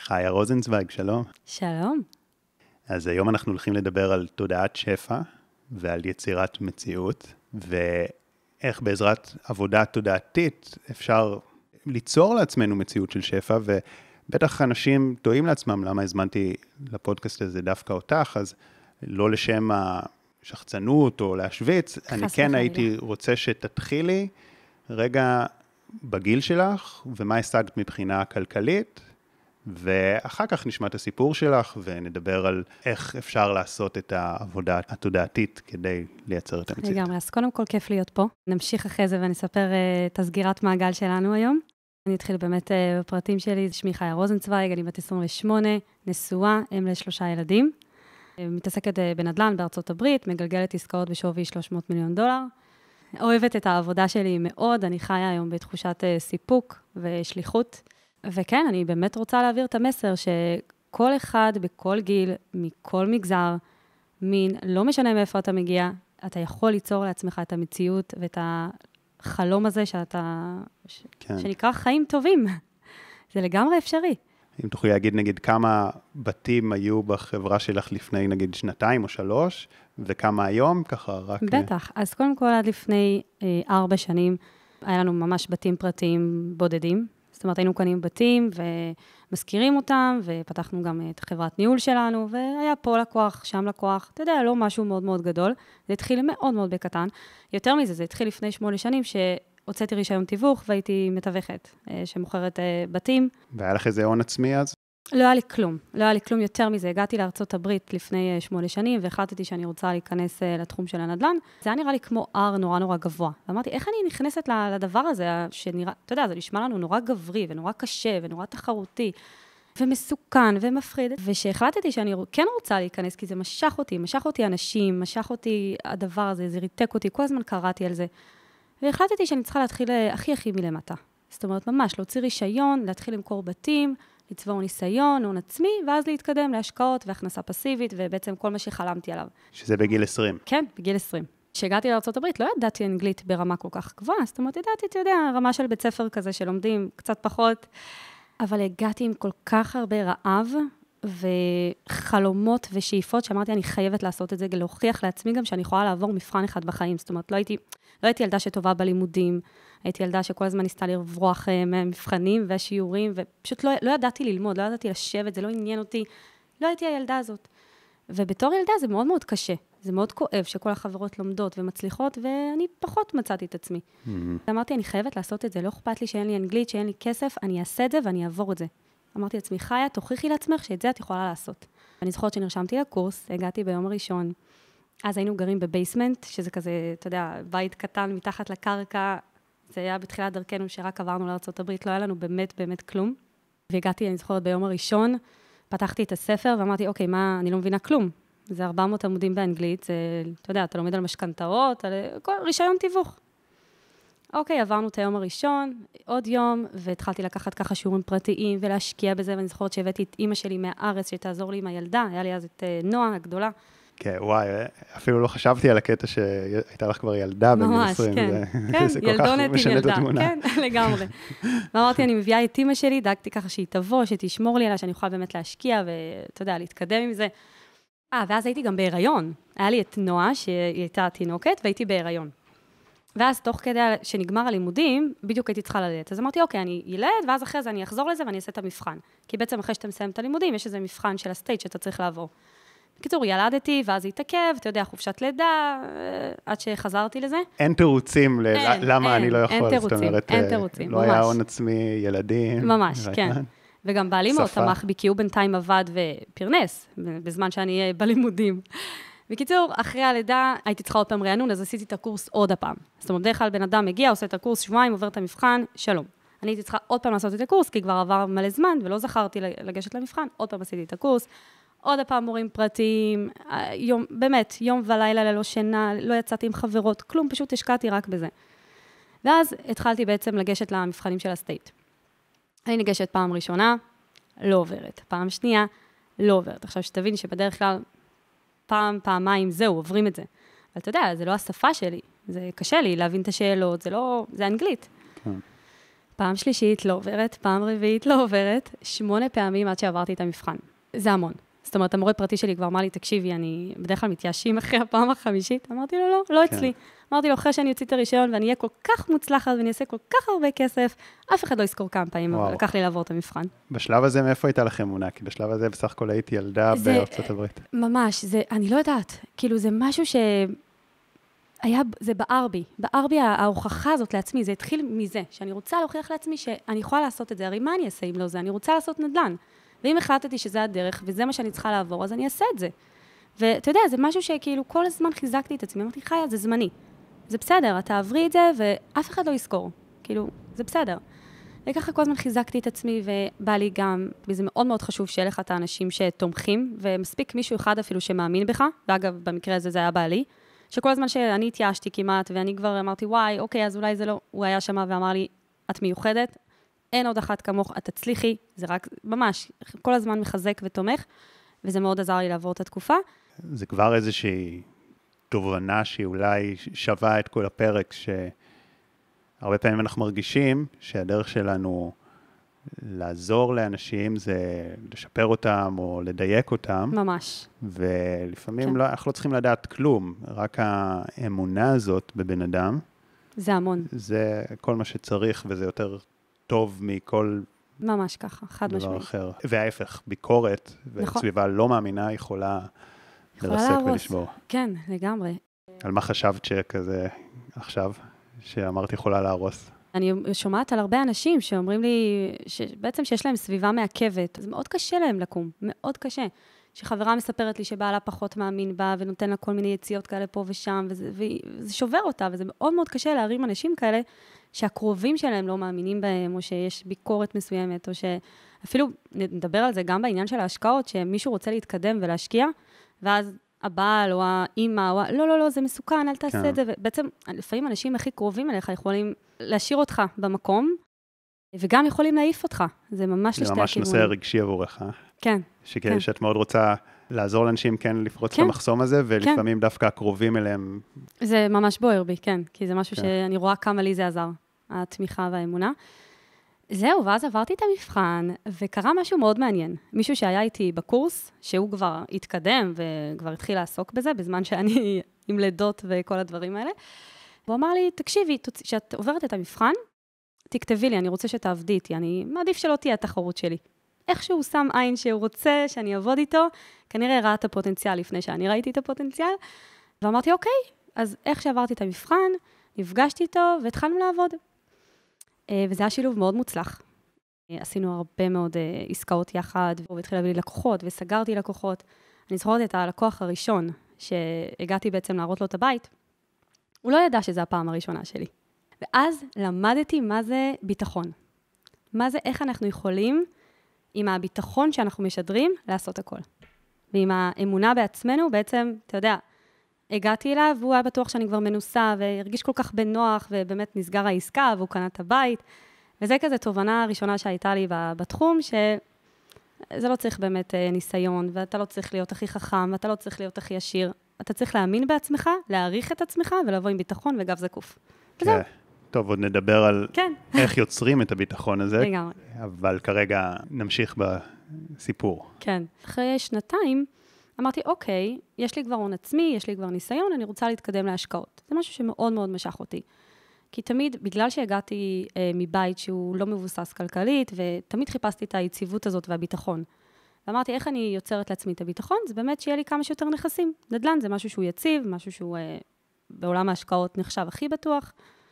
חיה רוזנצוויג, שלום. שלום. אז היום אנחנו הולכים לדבר על תודעת שפע ועל יצירת מציאות, ואיך בעזרת עבודה תודעתית אפשר ליצור לעצמנו מציאות של שפע, ובטח אנשים טועים לעצמם למה הזמנתי לפודקאסט הזה דווקא אותך, אז לא לשם השחצנות או להשוויץ, אני כן הייתי רוצה שתתחילי רגע בגיל שלך, ומה השגת מבחינה כלכלית, ואחר כך נשמע את הסיפור שלך, ונדבר על איך אפשר לעשות את העבודה התודעתית כדי לייצר את המציאות. לגמרי, אז קודם כל כיף להיות פה. נמשיך אחרי זה ונספר את הסגירת מעגל שלנו היום. אני אתחיל באמת בפרטים שלי, שמי חיה רוזנצוויג, אני בת 28, נשואה, אם ל3 ילדים. מתעסקת בנדל"ן בארצות הברית, מגלגלת עסקאות בשווי $300 מיליון. אוהבת את העבודה שלי מאוד, אני חיה היום בתחושת סיפוק ושליחות. וכן, אני באמת רוצה להעביר את המסר שכל אחד בכל גיל, מכל מגזר, מין, לא משנה מאיפה אתה מגיע, אתה יכול ליצור לעצמך את המציאות ואת החלום הזה שנקרא חיים טובים. זה לגמרי אפשרי. אם תוכלי להגיד, נגיד, כמה בתים היו בחברה שלך לפני, נגיד, 2 או 3, וכמה היום, ככה רק... בטח. אז קודם כל, עד לפני 4 שנים, היה לנו ממש בתים פרטיים בודדים. זאת אומרת, היינו קונים בתים ומזכירים אותם, ופתחנו גם את חברת ניהול שלנו, והיה פה לקוח, שם לקוח. אתה יודע, לא משהו מאוד מאוד גדול. זה התחיל מאוד מאוד בקטן. יותר מזה, זה התחיל לפני 8 שנים, הוצאתי רישיון תיווך והייתי מתווכת, שמוכרת בתים. והיה לך איזה הון עצמי אז? לא היה לי כלום, לא היה לי כלום יותר מזה. הגעתי לארצות הברית לפני 8 שנים, והחלטתי שאני רוצה להיכנס לתחום של הנדל"ן. זה היה נראה לי כמו נורא נורא גבוה. ואמרתי, איך אני נכנסת לדבר הזה, שנראה, אתה יודע, זה נשמע לנו נורא גברי, ונורא קשה, ונורא תחרותי, ומסוכן, ומפחיד. ושהחלטתי שאני כן רוצה להיכנס, כי זה משך אותי אנשים, משך אותי הדבר הזה, זה ריתק אותי, כל הזמן קראתי על זה. והחלטתי שאני צריכה להתחיל הכי מלמטה. זאת אומרת, ממש להוציא רישיון, להתחיל למכור בתים, לצבור ניסיון, הון עצמי, ואז להתקדם להשקעות והכנסה פסיבית, ובעצם כל מה שחלמתי עליו. שזה בגיל 20. כן, בגיל 20. כשהגעתי לארצות הברית, לא ידעתי אנגלית ברמה כל כך גבוהה, זאת אומרת, ידעתי, אתה יודע, רמה של בית ספר כזה שלומדים קצת פחות, אבל הגעתי עם כל כך הרבה רעב, וחלומות ושאיפות, שאמרתי, אני חייבת לעשות את זה, להוכיח לעצמי גם שאני יכולה לעבור מבחן אחד בחיים. זאת אומרת, לא הייתי ילדה שטובה בלימודים, הייתי ילדה שכל הזמן ניסתה לברוח מהמבחנים והשיעורים, ופשוט לא ידעתי ללמוד, לא ידעתי לשבת, זה לא עניין אותי, לא הייתי הילדה הזאת. ובתור ילדה זה מאוד מאוד קשה, זה מאוד כואב שכל החברות לומדות ומצליחות, ואני פחות מצאתי את עצמי. אמרתי, אני חייבת לעשות את זה, לא אכפת לי שאין לי אנגלית, שאין לי כסף, אני אעשה את זה ואני אעבור את זה. אמרתי לעצמי, חיה, תוכיחי לעצמך שאת זה את יכולה לעשות. אני זוכרת שנרשמתי לקורס, הגעתי ביום הראשון, אז היינו גרים בבייסמנט, שזה כזה, אתה יודע, בית קטן מתחת לקרקע, זה היה בתחילת דרכנו שרק עברנו לארצות הברית, לא היה לנו באמת כלום. והגעתי, אני זוכרת, ביום הראשון, פתחתי את הספר ואמרתי, אוקיי, מה, אני לא מבינה כלום. זה 400 עמודים באנגלית, זה, אתה יודע, אתה לומד על משכנתאות, על רישיון תיווך. אוקיי, עברנו את היום הראשון, עוד יום, והתחלתי לקחת ככה שיעורים פרטיים ולהשקיע בזה, ואני זוכרת שהבאתי את אמא שלי מהארץ שתעזור לי עם הילדה, היה לי אז את נועה הגדולה. כן, וואי, אפילו לא חשבתי על הקטע שהייתה לך כבר ילדה בגיל 20. ממש, כן, ילדונת עם ילדה, כן, לגמרי. ואמרתי, אני מביאה את אמא שלי, דאגתי ככה שהיא תבוא, שתשמור לי עליה, שאני אוכל באמת להשקיע, ואתה יודע, להתקדם עם זה. ואז הייתי גם בהיריון. היה לי את נועה, שהיא הייתה תינוקת, והייתי בהיריון. ואז תוך כדי שנגמר הלימודים, בדיוק הייתי צריכה ללדת. אז אמרתי, אוקיי, אני ילד, ואז אחרי זה אני אחזור לזה ואני אעשה את המבחן. כי בעצם אחרי שאתה מסיים את הלימודים, יש איזה מבחן של הסטייט שאתה צריך לעבור. בקיצור, ילדתי, ואז התעכב, אתה יודע, חופשת לידה, עד שחזרתי לזה. אין תירוצים למה אני לא יכול. אין תירוצים, לא היה הון עצמי, ילדים. ממש, כן. וגם בעלי מאוד תמך בי, כי הוא בינתיים עבד ופרנס, בזמן שאני אהיה בלימודים. בקיצור, אחרי הלידה הייתי צריכה עוד פעם רענון, אז עשיתי את הקורס עוד הפעם. זאת אומרת, בדרך כלל בן אדם מגיע, עושה את הקורס 2 שבועות, עובר את המבחן, שלום. אני הייתי צריכה עוד פעם לעשות את הקורס, כי כבר עבר מלא זמן, ולא זכרתי לגשת למבחן, עוד פעם עשיתי את הקורס, עוד הפעם מורים פרטיים, באמת, יום ולילה ללא שינה, לא יצאתי עם חברות, כלום, פשוט השקעתי רק בזה. ואז התחלתי בעצם לגשת למבחנים של הסטייט. אני ניגשת פעם ראשונה, לא עוברת. פעם שנייה, לא עוברת. עכשיו שתבין שבדרך כלל פעמיים זהו, עוברים את זה. אבל אתה יודע, זה לא השפה שלי, זה קשה לי להבין את השאלות, זה אנגלית. פעם שלישית לא עוברת, פעם רביעית לא עוברת, 8 פעמים עד שעברתי את המבחן. זה המון. זאת אומרת, המורה פרטי שלי כבר אמר לי, תקשיבי, אני בדרך כלל מתייאשים אחרי הפעם החמישית. אמרתי לו, לא אצלי. אמרתי לו, אחרי שאני אוציא את הרישיון ואני אהיה כל כך מוצלחת ואני אעשה כל כך הרבה כסף, אף אחד לא יזכור כמה פעמים, אבל לקח לי לעבור את המבחן. בשלב הזה, מאיפה הייתה לכם אמונה? כי בשלב הזה בסך הכל הייתי ילדה בארצות הברית. ממש, אני לא יודעת. כאילו, זה משהו זה בער בי ההוכחה הזאת לעצמי, זה התחיל מזה, שאני רוצה להוכיח לעצמי שאני יכולה לעשות את זה, הרי מה אני אעשה אם לא זה? אני רוצה לעשות נדל"ן. ואם החלטתי שזה הדרך, וזה מה שאני צריכה לעבור, אז אני אעשה את זה. ואתה יודע, זה משהו שכאילו כל הזמן חיזקתי את עצמי, אמרתי, חיה, זה זמני. זה בסדר, אתה עברי את זה, ואף אחד לא יזכור. כאילו, זה בסדר. וככה כל הזמן חיזקתי את עצמי, ובא לי גם, וזה מאוד מאוד חשוב שיהיה לך את האנשים שתומכים, ומספיק מישהו אחד אפילו שמאמין בך, ואגב, במקרה הזה זה היה בעלי, שכל הזמן שאני התייאשתי כמעט, ואני כבר אמרתי, וואי, אוקיי, אז אולי זה לא, הוא היה שמה ואמר לי, את מיוחדת, אין עוד אחת כמוך, את תצליחי, זה רק ממש, כל הזמן מחזק ותומך, וזה מאוד עזר לי לעבור את התקופה. זה כבר איזושהי תובנה שהיא אולי שווה את כל הפרק, שהרבה פעמים אנחנו מרגישים שהדרך שלנו לעזור לאנשים זה לשפר אותם או לדייק אותם. ממש. ולפעמים אנחנו לא צריכים לדעת כלום, רק האמונה הזאת בבן אדם. זה המון. זה כל מה שצריך, וזה יותר טוב מכל ממש ככה, חד משמעית. דבר אחר. וההפך, ביקורת, וסביבה לא מאמינה יכולה לרסק ולשבור. כן, לגמרי. על מה חשבת שכזה עכשיו, שאמרתי יכולה להרוס? אני שומעת על הרבה אנשים שאומרים לי, בעצם שיש להם סביבה מעכבת, אז מאוד קשה להם לקום, מאוד קשה. שחברה מספרת לי שבעלה פחות מאמין בה, ונותן לה כל מיני יציאות כאלה פה ושם, וזה שובר אותה, וזה מאוד מאוד קשה להרים אנשים כאלה, שהקרובים שלהם לא מאמינים בהם, או שיש ביקורת מסוימת, או שאפילו נדבר על זה גם בעניין של ההשקעות, שמישהו רוצה להתקדם ולהשקיע, ואז הבעל או האמא, או לא, זה מסוכן, אל תעשה את זה, ובעצם לפעמים אנשים הכי קרובים אליך יכולים להשאיר אותך במקום, וגם יכולים להעיף אותך. זה ממש לשתי הכיוונים. זה ממש נושא רגשי עבורך. כן. שאת מאוד רוצה לעזור לאנשים כן לפרוץ את המחסום הזה, ולפעמים דווקא הקרובים אליהם. זה ממש בוער בי, כן. כי זה משהו שאני רואה כמה לי זה עזר, התמיכה והאמונה. זהו, ואז עברתי את המבחן, וקרה משהו מאוד מעניין. מישהו שהיה איתי בקורס, שהוא כבר התקדם וכבר התחיל לעסוק בזה, בזמן שאני עם לידות וכל הדברים האלה, הוא אמר לי, תקשיבי, כשאת עוברת את המבחן, תכתבי לי, אני רוצה שתעבדי איתי, אני מעדיף שלא תהיה התחרות שלי. איכשהו הוא שם עין שהוא רוצה שאני אעבוד איתו, כנראה ראה את הפוטנציאל לפני שאני ראיתי את הפוטנציאל, ואמרתי, אוקיי, אז איך שעברתי את המבחן, נפגשתי איתו והתחלנו לעבוד. וזה היה שילוב מאוד מוצלח. עשינו הרבה מאוד עסקאות יחד, והוא התחיל להביא לי לקוחות, וסגרתי לקוחות. אני זוכרת את הלקוח הראשון, שהגעתי בעצם להראות לו את הבית, הוא לא ידע שזו הפעם הראשונה שלי. ואז למדתי מה זה ביטחון. מה זה, איך אנחנו יכולים, עם הביטחון שאנחנו משדרים, לעשות הכל. ועם האמונה בעצמנו, בעצם, אתה יודע, הגעתי אליו, והוא היה בטוח שאני כבר מנוסה, והרגיש כל כך בנוח, ובאמת נסגר העסקה, והוא קנה את הבית. וזה כזה תובנה הראשונה שהייתה לי בתחום, שזה לא צריך באמת ניסיון, ואתה לא צריך להיות הכי חכם, ואתה לא צריך להיות הכי עשיר. אתה צריך להאמין בעצמך, להעריך את עצמך, ולבוא עם ביטחון וגב זקוף. כן. טוב, עוד נדבר על איך יוצרים את הביטחון הזה, לגמרי. אבל כרגע נמשיך בסיפור. כן. אחרי שנתיים, אמרתי, אוקיי, יש לי כבר הון עצמי, יש לי כבר ניסיון, אני רוצה להתקדם להשקעות. זה משהו שמאוד מאוד משך אותי. כי תמיד, בגלל שהגעתי מבית שהוא לא מבוסס כלכלית, ותמיד חיפשתי את היציבות הזאת והביטחון. ואמרתי, איך אני יוצרת לעצמי את הביטחון? זה באמת שיהיה לי כמה שיותר נכסים. נדל"ן זה משהו שהוא יציב, משהו שהוא בעולם ההשקעות נחשב הכי בטוח,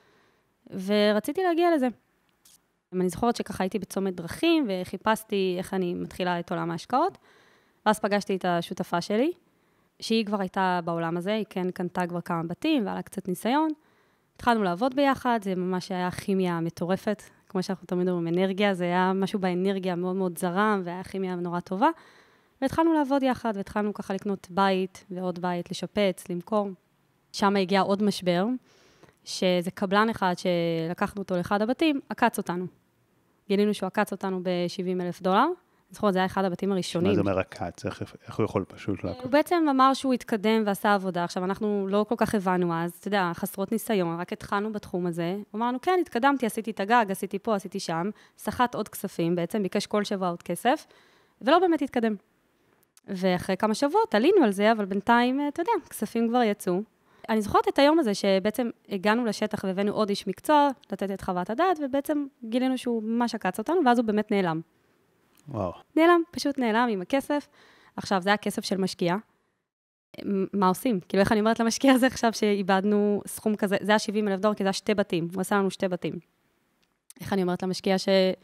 ורציתי להגיע לזה. אני זוכרת שככה הייתי בצומת דרכים, וחיפשתי איך אני מתחילה את עולם ההשקעות, ואז פגשתי את השותפה שלי, שהיא כבר הייתה בעולם הזה, היא כן קנתה כבר כמה בתים, והיה לה קצת ניסיון. התחלנו לעבוד ביחד, זה ממש היה כימיה מטורפת, כמו שאנחנו תמיד אומרים, אנרגיה, זה היה משהו באנרגיה מאוד מאוד זרם, והיה כימיה נורא טובה. והתחלנו לעבוד יחד, והתחלנו ככה לקנות בית, ועוד בית, לשפץ, למכור. שם הגיע עוד משבר, שזה קבלן אחד שלקחנו אותו לאחד הבתים, עקץ אותנו. גילינו שהוא עקץ אותנו $70,000. זוכרת, זה היה אחד הבתים הראשונים. מה זה אומר עקץ? איך הוא יכול פשוט לעקוב? הוא בעצם אמר שהוא התקדם ועשה עבודה. עכשיו, אנחנו לא כל כך הבנו אז, אתה יודע, חסרות ניסיון, רק התחלנו בתחום הזה. אמרנו, כן, התקדמתי, עשיתי את הגג, עשיתי פה, עשיתי שם, סחט עוד כספים, בעצם ביקש כל שבוע עוד כסף, ולא באמת התקדם. ואחרי כמה שבועות עלינו על זה, אבל בינתיים, אתה יודע, כספים כבר יצאו. אני זוכרת את היום הזה שבעצם הגענו לשטח והבאנו עוד איש מקצוע, לתת את חוות הדעת, ובעצם גילינו שהוא ממש עקץ אותנו, ואז הוא באמת נעלם. וואו. נעלם, פשוט נעלם עם הכסף. עכשיו, זה היה כסף של משקיע. מה עושים? כאילו, איך אני אומרת למשקיע הזה עכשיו שאיבדנו סכום כזה, זה היה $70,000, כי זה היה 2 בתים, הוא עשה לנו 2 בתים. איך אני אומרת למשקיע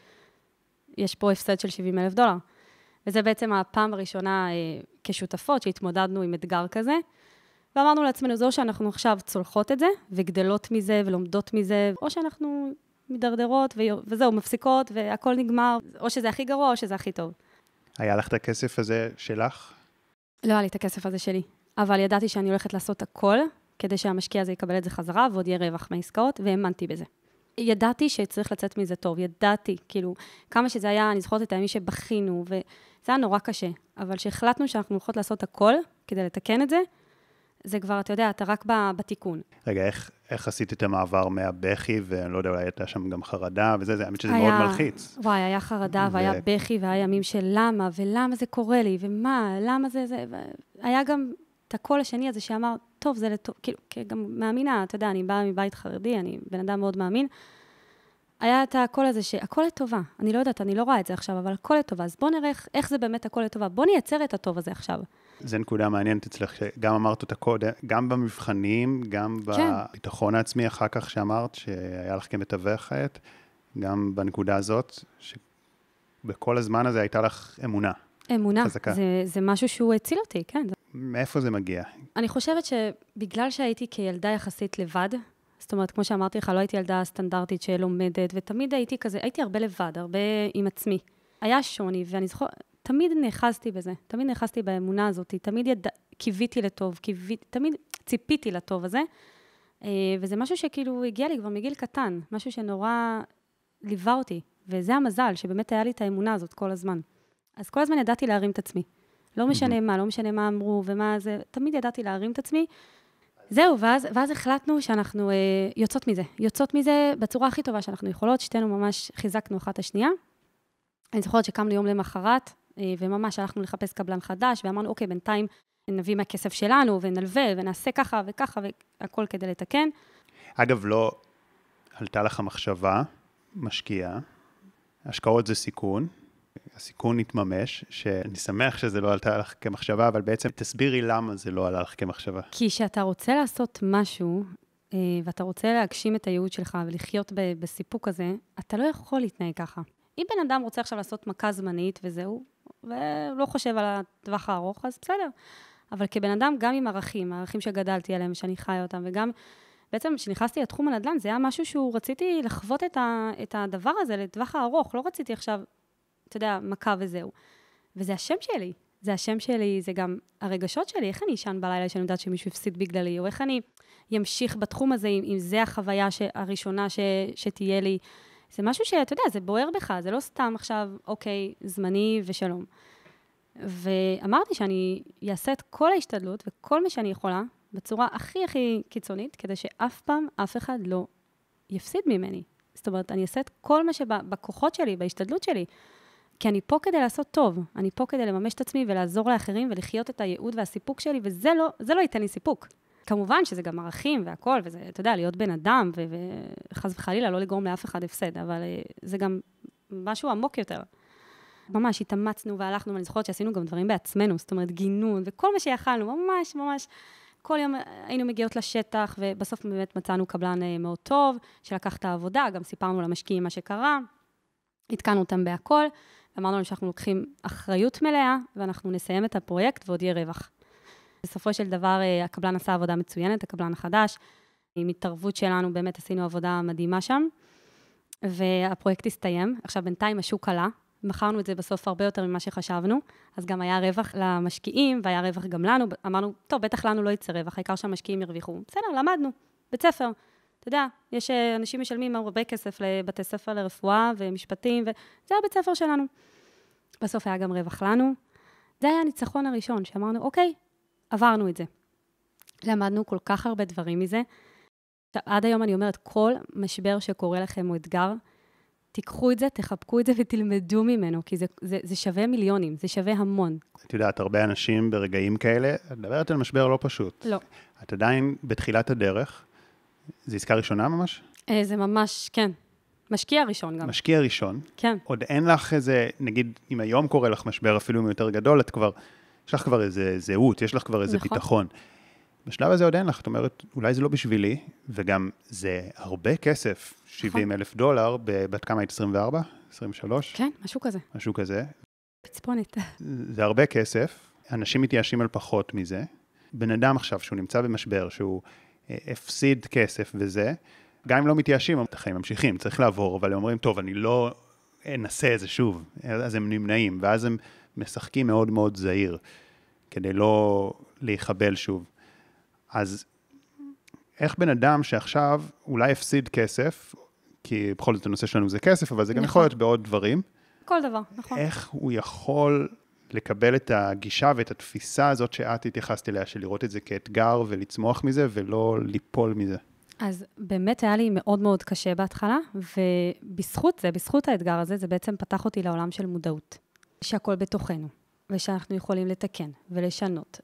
שיש פה הפסד של $70,000? וזה בעצם הפעם הראשונה כשותפות שהתמודדנו עם אתגר כזה, ואמרנו לעצמנו, זו שאנחנו עכשיו צולחות את זה, וגדלות מזה ולומדות מזה, או שאנחנו מדרדרות וזהו, מפסיקות, והכל נגמר, או שזה הכי גרוע, או שזה הכי טוב. היה לך את הכסף הזה שלך? לא היה לי את הכסף הזה שלי, אבל ידעתי שאני הולכת לעשות הכל, כדי שהמשקיע הזה יקבל את זה חזרה, ועוד יהיה רווח מהעסקאות, והאמנתי בזה. ידעתי שצריך לצאת מזה טוב, ידעתי, כאילו, כמה שזה היה, אני זוכרת את הימים שבכינו, וזה היה נורא קשה, אבל שהחלטנו שאנחנו הולכות לעשות הכל, כדי לתקן את זה, זה כבר, אתה יודע, אתה רק בתיקון. רגע, איך עשית את המעבר מהבכי, ואני לא יודע, אולי הייתה שם גם חרדה, וזה, האמת שזה מאוד מלחיץ. וואי, היה חרדה, והיה בכי, והיה ימים של למה, ולמה זה קורה לי, ומה, למה זה, היה גם את הקול השני הזה שאמר, טוב, זה לטוב, כאילו, גם מאמינה, אתה יודע, אני באה מבית חרדי, אני בן אדם מאוד מאמין, היה את הקול הזה שהכל לטובה, אני לא יודעת, אני לא רואה את זה עכשיו, אבל הכל לטובה, אז בוא נראה איך זה באמת הכל לטובה, בוא נייצר את הטוב הזה עכשיו. זה נקודה מעניינת אצלך, שגם אמרת אותה קודם, גם במבחנים, גם בביטחון העצמי, אחר כך שאמרת שהיה לך כמתווך חיית, גם בנקודה הזאת, שבכל הזמן הזה הייתה לך אמונה. אמונה, חזקה. זה משהו שהוא הציל אותי, כן. מאיפה זה מגיע? אני חושבת שבגלל שהייתי כילדה יחסית לבד, זאת אומרת, כמו שאמרתי לך, לא הייתי ילדה סטנדרטית שלומדת, ותמיד הייתי כזה, הייתי הרבה לבד, הרבה עם עצמי. היה שוני, ואני זוכרת, תמיד נאחזתי בזה, תמיד נאחזתי באמונה הזאת, תמיד קיוויתי לטוב, תמיד ציפיתי לטוב הזה, וזה משהו שכאילו הגיע לי כבר מגיל קטן, משהו שנורא ליווה אותי, וזה המזל, שבאמת היה לי את האמונה הזאת כל הזמן. אז כל הזמן ידעתי להרים את עצמי. לא משנה מה, לא משנה מה אמרו ומה זה, תמיד ידעתי להרים את עצמי. זהו, ואז החלטנו שאנחנו יוצאות מזה בצורה הכי טובה שאנחנו יכולות, שתינו ממש חיזקנו אחת השנייה. אני זוכרת שקמנו יום למחרת, וממש הלכנו לחפש קבלן חדש, ואמרנו, אוקיי, בינתיים נביא מהכסף שלנו, ונלווה, ונעשה ככה וככה, והכל כדי לתקן. אגב, לא עלתה לך מחשבה, משקיעה, השקעות זה סיכון, הסיכון התממש, שאני שמח שזה לא עלתה לך כמחשבה, אבל בעצם תסבירי למה זה לא עלה לך כמחשבה. כי שאתה רוצה לעשות משהו, ואתה רוצה להגשים את הייעוד שלך, ולחיות בסיפוק הזה, אתה לא יכול להתנהג ככה. אם בן אדם רוצה עכשיו לעשות מכה זמנית וזהו, ולא חושב על הטווח הארוך, אז בסדר. אבל כבן אדם, גם עם הערכים שגדלתי עליהם, שאני חיה אותם, וגם בעצם כשנכנסתי לתחום הנדל"ן, זה היה משהו שהוא רציתי לחוות את הדבר הזה לטווח הארוך, לא רציתי עכשיו, אתה יודע, מכה וזהו. וזה השם שלי, זה גם הרגשות שלי, איך אני אשן בלילה שאני יודעת שמישהו הפסיד בגללי, או איך אני ימשיך בתחום הזה, אם זה החוויה הראשונה שתהיה לי. זה משהו שאתה יודע, זה בוער בך, זה לא סתם עכשיו, אוקיי, זמני ושלום. ואמרתי שאני אעשה את כל ההשתדלות וכל מה שאני יכולה, בצורה הכי הכי קיצונית, כדי שאף פעם אף אחד לא יפסיד ממני. זאת אומרת, אני אעשה את כל מה שבכוחות שלי, בהשתדלות שלי, כי אני פה כדי לעשות טוב, אני פה כדי לממש את עצמי ולעזור לאחרים ולחיות את הייעוד והסיפוק שלי, וזה לא ייתן לי סיפוק. כמובן שזה גם ערכים והכל, וזה, אתה יודע, להיות בן אדם, וחס וחלילה לא לגרום לאף אחד הפסד, אבל זה גם משהו עמוק יותר. ממש התאמצנו והלכנו, ואני זוכרת שעשינו גם דברים בעצמנו, זאת אומרת, גינון, וכל מה שיכלנו, ממש, כל יום היינו מגיעות לשטח, ובסוף באמת מצאנו קבלן מאוד טוב, שלקח את העבודה, גם סיפרנו למשקיעים מה שקרה, התקנו אותם בהכל, ואמרנו להם שאנחנו לוקחים אחריות מלאה, ואנחנו נסיים את הפרויקט ועוד יהיה רווח. בסופו של דבר, הקבלן עשה עבודה מצוינת, הקבלן החדש, עם התערבות שלנו, באמת עשינו עבודה מדהימה שם, והפרויקט הסתיים. עכשיו, בינתיים השוק עלה, מכרנו את זה בסוף הרבה יותר ממה שחשבנו, אז גם היה רווח למשקיעים, והיה רווח גם לנו. אמרנו, טוב, בטח לנו לא יצא רווח, העיקר שהמשקיעים ירוויחו. בסדר, למדנו, בית ספר. אתה יודע, יש אנשים משלמים הרבה כסף לבתי ספר לרפואה ומשפטים, וזה הבית ספר שלנו. בסוף היה גם רווח לנו. זה היה הניצחון הראשון, שאמרנו, אוקיי, עברנו את זה. למדנו כל כך הרבה דברים מזה. עד היום אני אומרת, כל משבר שקורה לכם הוא אתגר, תיקחו את זה, תחבקו את זה ותלמדו ממנו, כי זה שווה מיליונים, זה שווה המון. את יודעת, הרבה אנשים ברגעים כאלה, את מדברת על משבר לא פשוט. לא. את עדיין בתחילת הדרך, זו עסקה ראשונה ממש? זה ממש, כן. משקיע ראשון גם. משקיע ראשון. כן. עוד אין לך איזה, נגיד, אם היום קורה לך משבר אפילו יותר גדול, יש לך כבר איזה זהות, יש לך כבר איזה ביטחון. בשלב הזה עוד אין לך, את אומרת, אולי זה לא בשבילי, וגם זה הרבה כסף, $70,000, בת כמה היית 24? 23? כן, משהו כזה. משהו כזה. פצפונת. זה הרבה כסף, אנשים מתייאשים על פחות מזה. בן אדם עכשיו שהוא נמצא במשבר, שהוא הפסיד כסף וזה, גם אם לא מתייאשים, החיים ממשיכים, צריך לעבור, אבל הם אומרים, טוב, אני לא אנסה את זה שוב, אז הם נמנעים, ואז הם משחקים מאוד מאוד זהיר, כדי לא להיחבל שוב. אז איך בן אדם שעכשיו אולי הפסיד כסף, כי בכל זאת הנושא שלנו זה כסף, אבל זה גם יכול להיות בעוד דברים. כל דבר, נכון. איך הוא יכול לקבל את הגישה ואת התפיסה הזאת שאת התייחסת אליה, של לראות את זה כאתגר ולצמוח מזה ולא ליפול מזה? אז באמת היה לי מאוד מאוד קשה בהתחלה, ובזכות זה, בזכות האתגר הזה, זה בעצם פתח אותי לעולם של מודעות. שהכל בתוכנו, ושאנחנו יכולים לתקן ולשנות.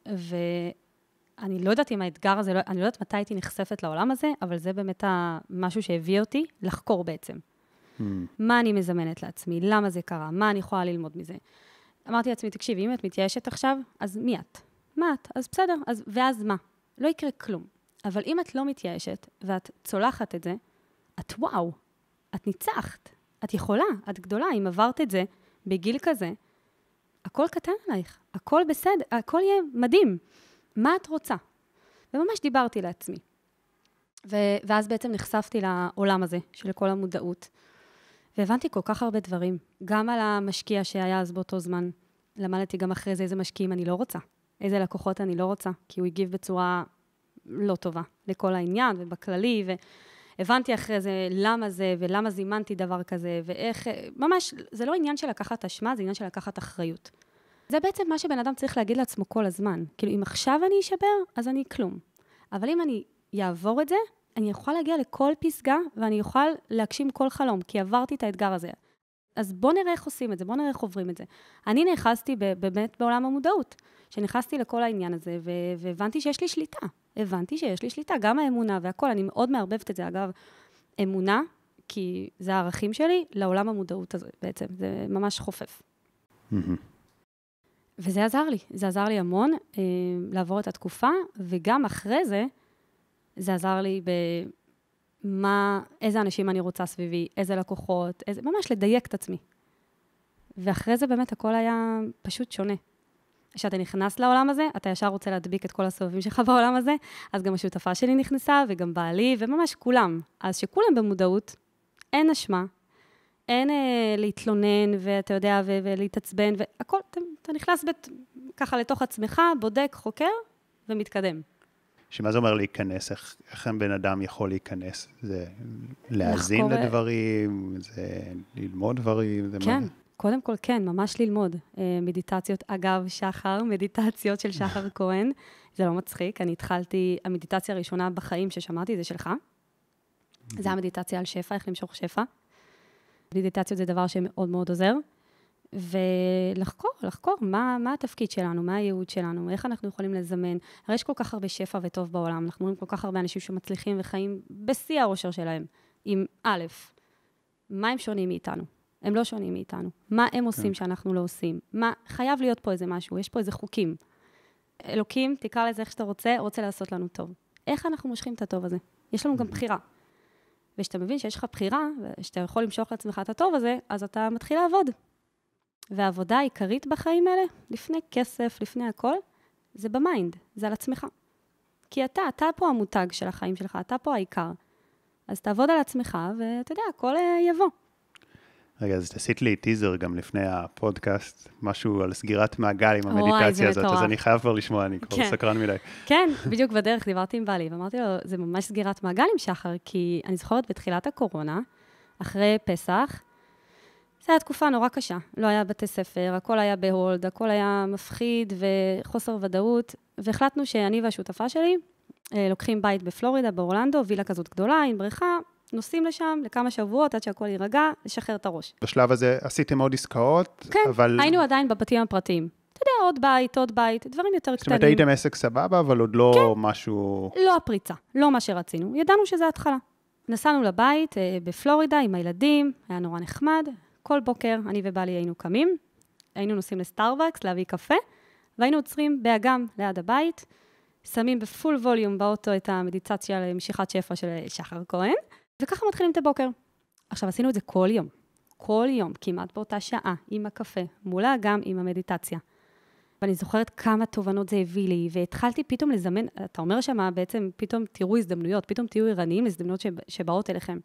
ואני לא יודעת אם האתגר הזה, אני לא יודעת מתי הייתי נחשפת לעולם הזה, אבל זה באמת משהו שהביא אותי לחקור בעצם. מה אני מזמנת לעצמי, למה זה קרה, מה אני יכולה ללמוד מזה. אמרתי לעצמי, תקשיבי, אם את מתייאשת עכשיו, אז מי את? מה את? אז בסדר, ואז מה? לא יקרה כלום. אבל אם את לא מתייאשת, ואת צולחת את זה, את וואו, את ניצחת, את יכולה, את גדולה, אם עברת את זה בגיל כזה, הכל קטן עלייך, הכל בסדר, הכל יהיה מדהים. מה את רוצה? וממש דיברתי לעצמי. ואז בעצם נחשפתי לעולם הזה, של כל המודעות. והבנתי כל כך הרבה דברים, גם על המשקיע שהיה אז באותו זמן. למדתי גם אחרי זה איזה משקיעים אני לא רוצה, איזה לקוחות אני לא רוצה, כי הוא הגיב בצורה לא טובה לכל העניין ובכללי, והבנתי אחרי זה למה זה ולמה זימנתי דבר כזה, ואיך, ממש, זה לא עניין של לקחת אשמה, זה עניין של לקחת אחריות. זה בעצם מה שבן אדם צריך להגיד לעצמו כל הזמן. כאילו, אם עכשיו אני אשבר, אז אני כלום. אבל אם אני אעבור את זה, אני יכול להגיע לכל פסגה, ואני יכול להגשים כל חלום, כי עברתי את האתגר הזה. אז בוא נראה איך עושים את זה, בוא נראה איך עוברים את זה. אני נכנסתי באמת בעולם המודעות, שנכנסתי לכל העניין הזה, והבנתי שיש לי שליטה. הבנתי שיש לי שליטה, גם האמונה והכל, אני מאוד מערבבת את זה. אגב, אמונה, כי זה הערכים שלי, לעולם המודעות הזה בעצם. זה ממש חופף. וזה עזר לי. זה עזר לי המון לעבור את התקופה, וגם אחרי זה, זה עזר לי איזה אנשים אני רוצה סביבי, איזה לקוחות, ממש לדייק את עצמי. ואחרי זה באמת הכל היה פשוט שונה. כשאתה נכנס לעולם הזה, אתה ישר רוצה להדביק את כל הסובבים שלך בעולם הזה, אז גם השותפה שלי נכנסה, וגם בעלי, וממש כולם. אז שכולם במודעות, אין אשמה, אין להתלונן, ואתה יודע, ולהתעצבן, והכל, אתה נכנס ככה לתוך עצמך, בודק, חוקר, ומתקדם. שמה זה אומר להיכנס? איך בן אדם יכול להיכנס? זה להאזין לדברים? זה ללמוד דברים? כן, קודם כל כן, ממש ללמוד. מדיטציות, אגב, שחר, מדיטציות של שחר כהן. זה לא מצחיק, אני התחלתי, המדיטציה הראשונה בחיים ששמעתי, זה שלך. זה המדיטציה על שפע, איך למשוך שפע. מדיטציות זה דבר שמאוד מאוד עוזר. ולחקור מה התפקיד שלנו, מה הייעוד שלנו, איך אנחנו יכולים לזמן. הרי יש כל כך הרבה שפע וטוב בעולם, אנחנו רואים כל כך הרבה אנשים שמצליחים וחיים בשיא האושר שלהם, עם א', מה הם שונים מאיתנו? הם לא שונים מאיתנו. מה הם עושים שאנחנו לא עושים? חייב להיות פה איזה משהו, יש פה איזה חוקים. אלוקים, תקרא לזה איך שאתה רוצה לעשות לנו טוב. איך אנחנו מושכים את הטוב הזה? יש לנו גם בחירה. ושאתה מבין שיש לך בחירה, ושאתה יכול למשוך לעצמך את הטוב הזה, אז אתה מתחיל לעבוד. והעבודה העיקרית בחיים האלה, לפני כסף, לפני הכל, זה במיינד, זה על עצמך. כי אתה פה המותג של החיים שלך, אתה פה העיקר. אז תעבוד על עצמך, ואתה יודע, הכל יבוא. רגע, אז תעשית לי טיזר גם לפני הפודקאסט, משהו על סגירת מעגל עם המדיטציה הזאת, אז אני חייב כבר לשמוע, אני כבר סקרן מדי. כן, בדיוק בדרך דיברתי עם בעלי, ואמרתי לו, זה ממש סגירת מעגל עם שחר, כי אני זוכרת בתחילת הקורונה, אחרי פסח, זו הייתה תקופה נורא קשה. לא היה בתי ספר, הכל היה בהולד, הכל היה מפחיד וחוסר ודאות, והחלטנו שאני והשותפה שלי לוקחים בית בפלורידה, באורלנדו, וילה כזאת גדולה, עם בריכה, נוסעים לשם לכמה שבועות עד שהכל יירגע, לשחרר את הראש. בשלב הזה עשיתם עוד עסקאות, כן, אבל... היינו עדיין בבתים הפרטיים. אתה יודע, עוד בית, דברים יותר קטנים. זאת אומרת, הייתם עסק סבבה, אבל עוד לא משהו... לא הפריצה, לא מה שרצינו. ידענו שזה התחלה. נסענו לבית בפלורידה עם הילדים, היה נורא נחמד. כל בוקר אני ובעלי היינו קמים, היינו נוסעים לסטארבקס להביא קפה, והיינו עוצרים באגם ליד הבית, שמים בפול ווליום באוטו את המדיטציה למשיכת שפע של שחר כהן, וככה מתחילים את הבוקר. עכשיו, עשינו את זה כל יום, כמעט באותה שעה, עם הקפה, מול האגם עם המדיטציה. ואני זוכרת כמה תובנות זה הביא לי, והתחלתי פתאום לזמן, אתה אומר שמה בעצם פתאום תראו הזדמנויות, פתאום תהיו ערניים להזדמנויות שבאות אליכם.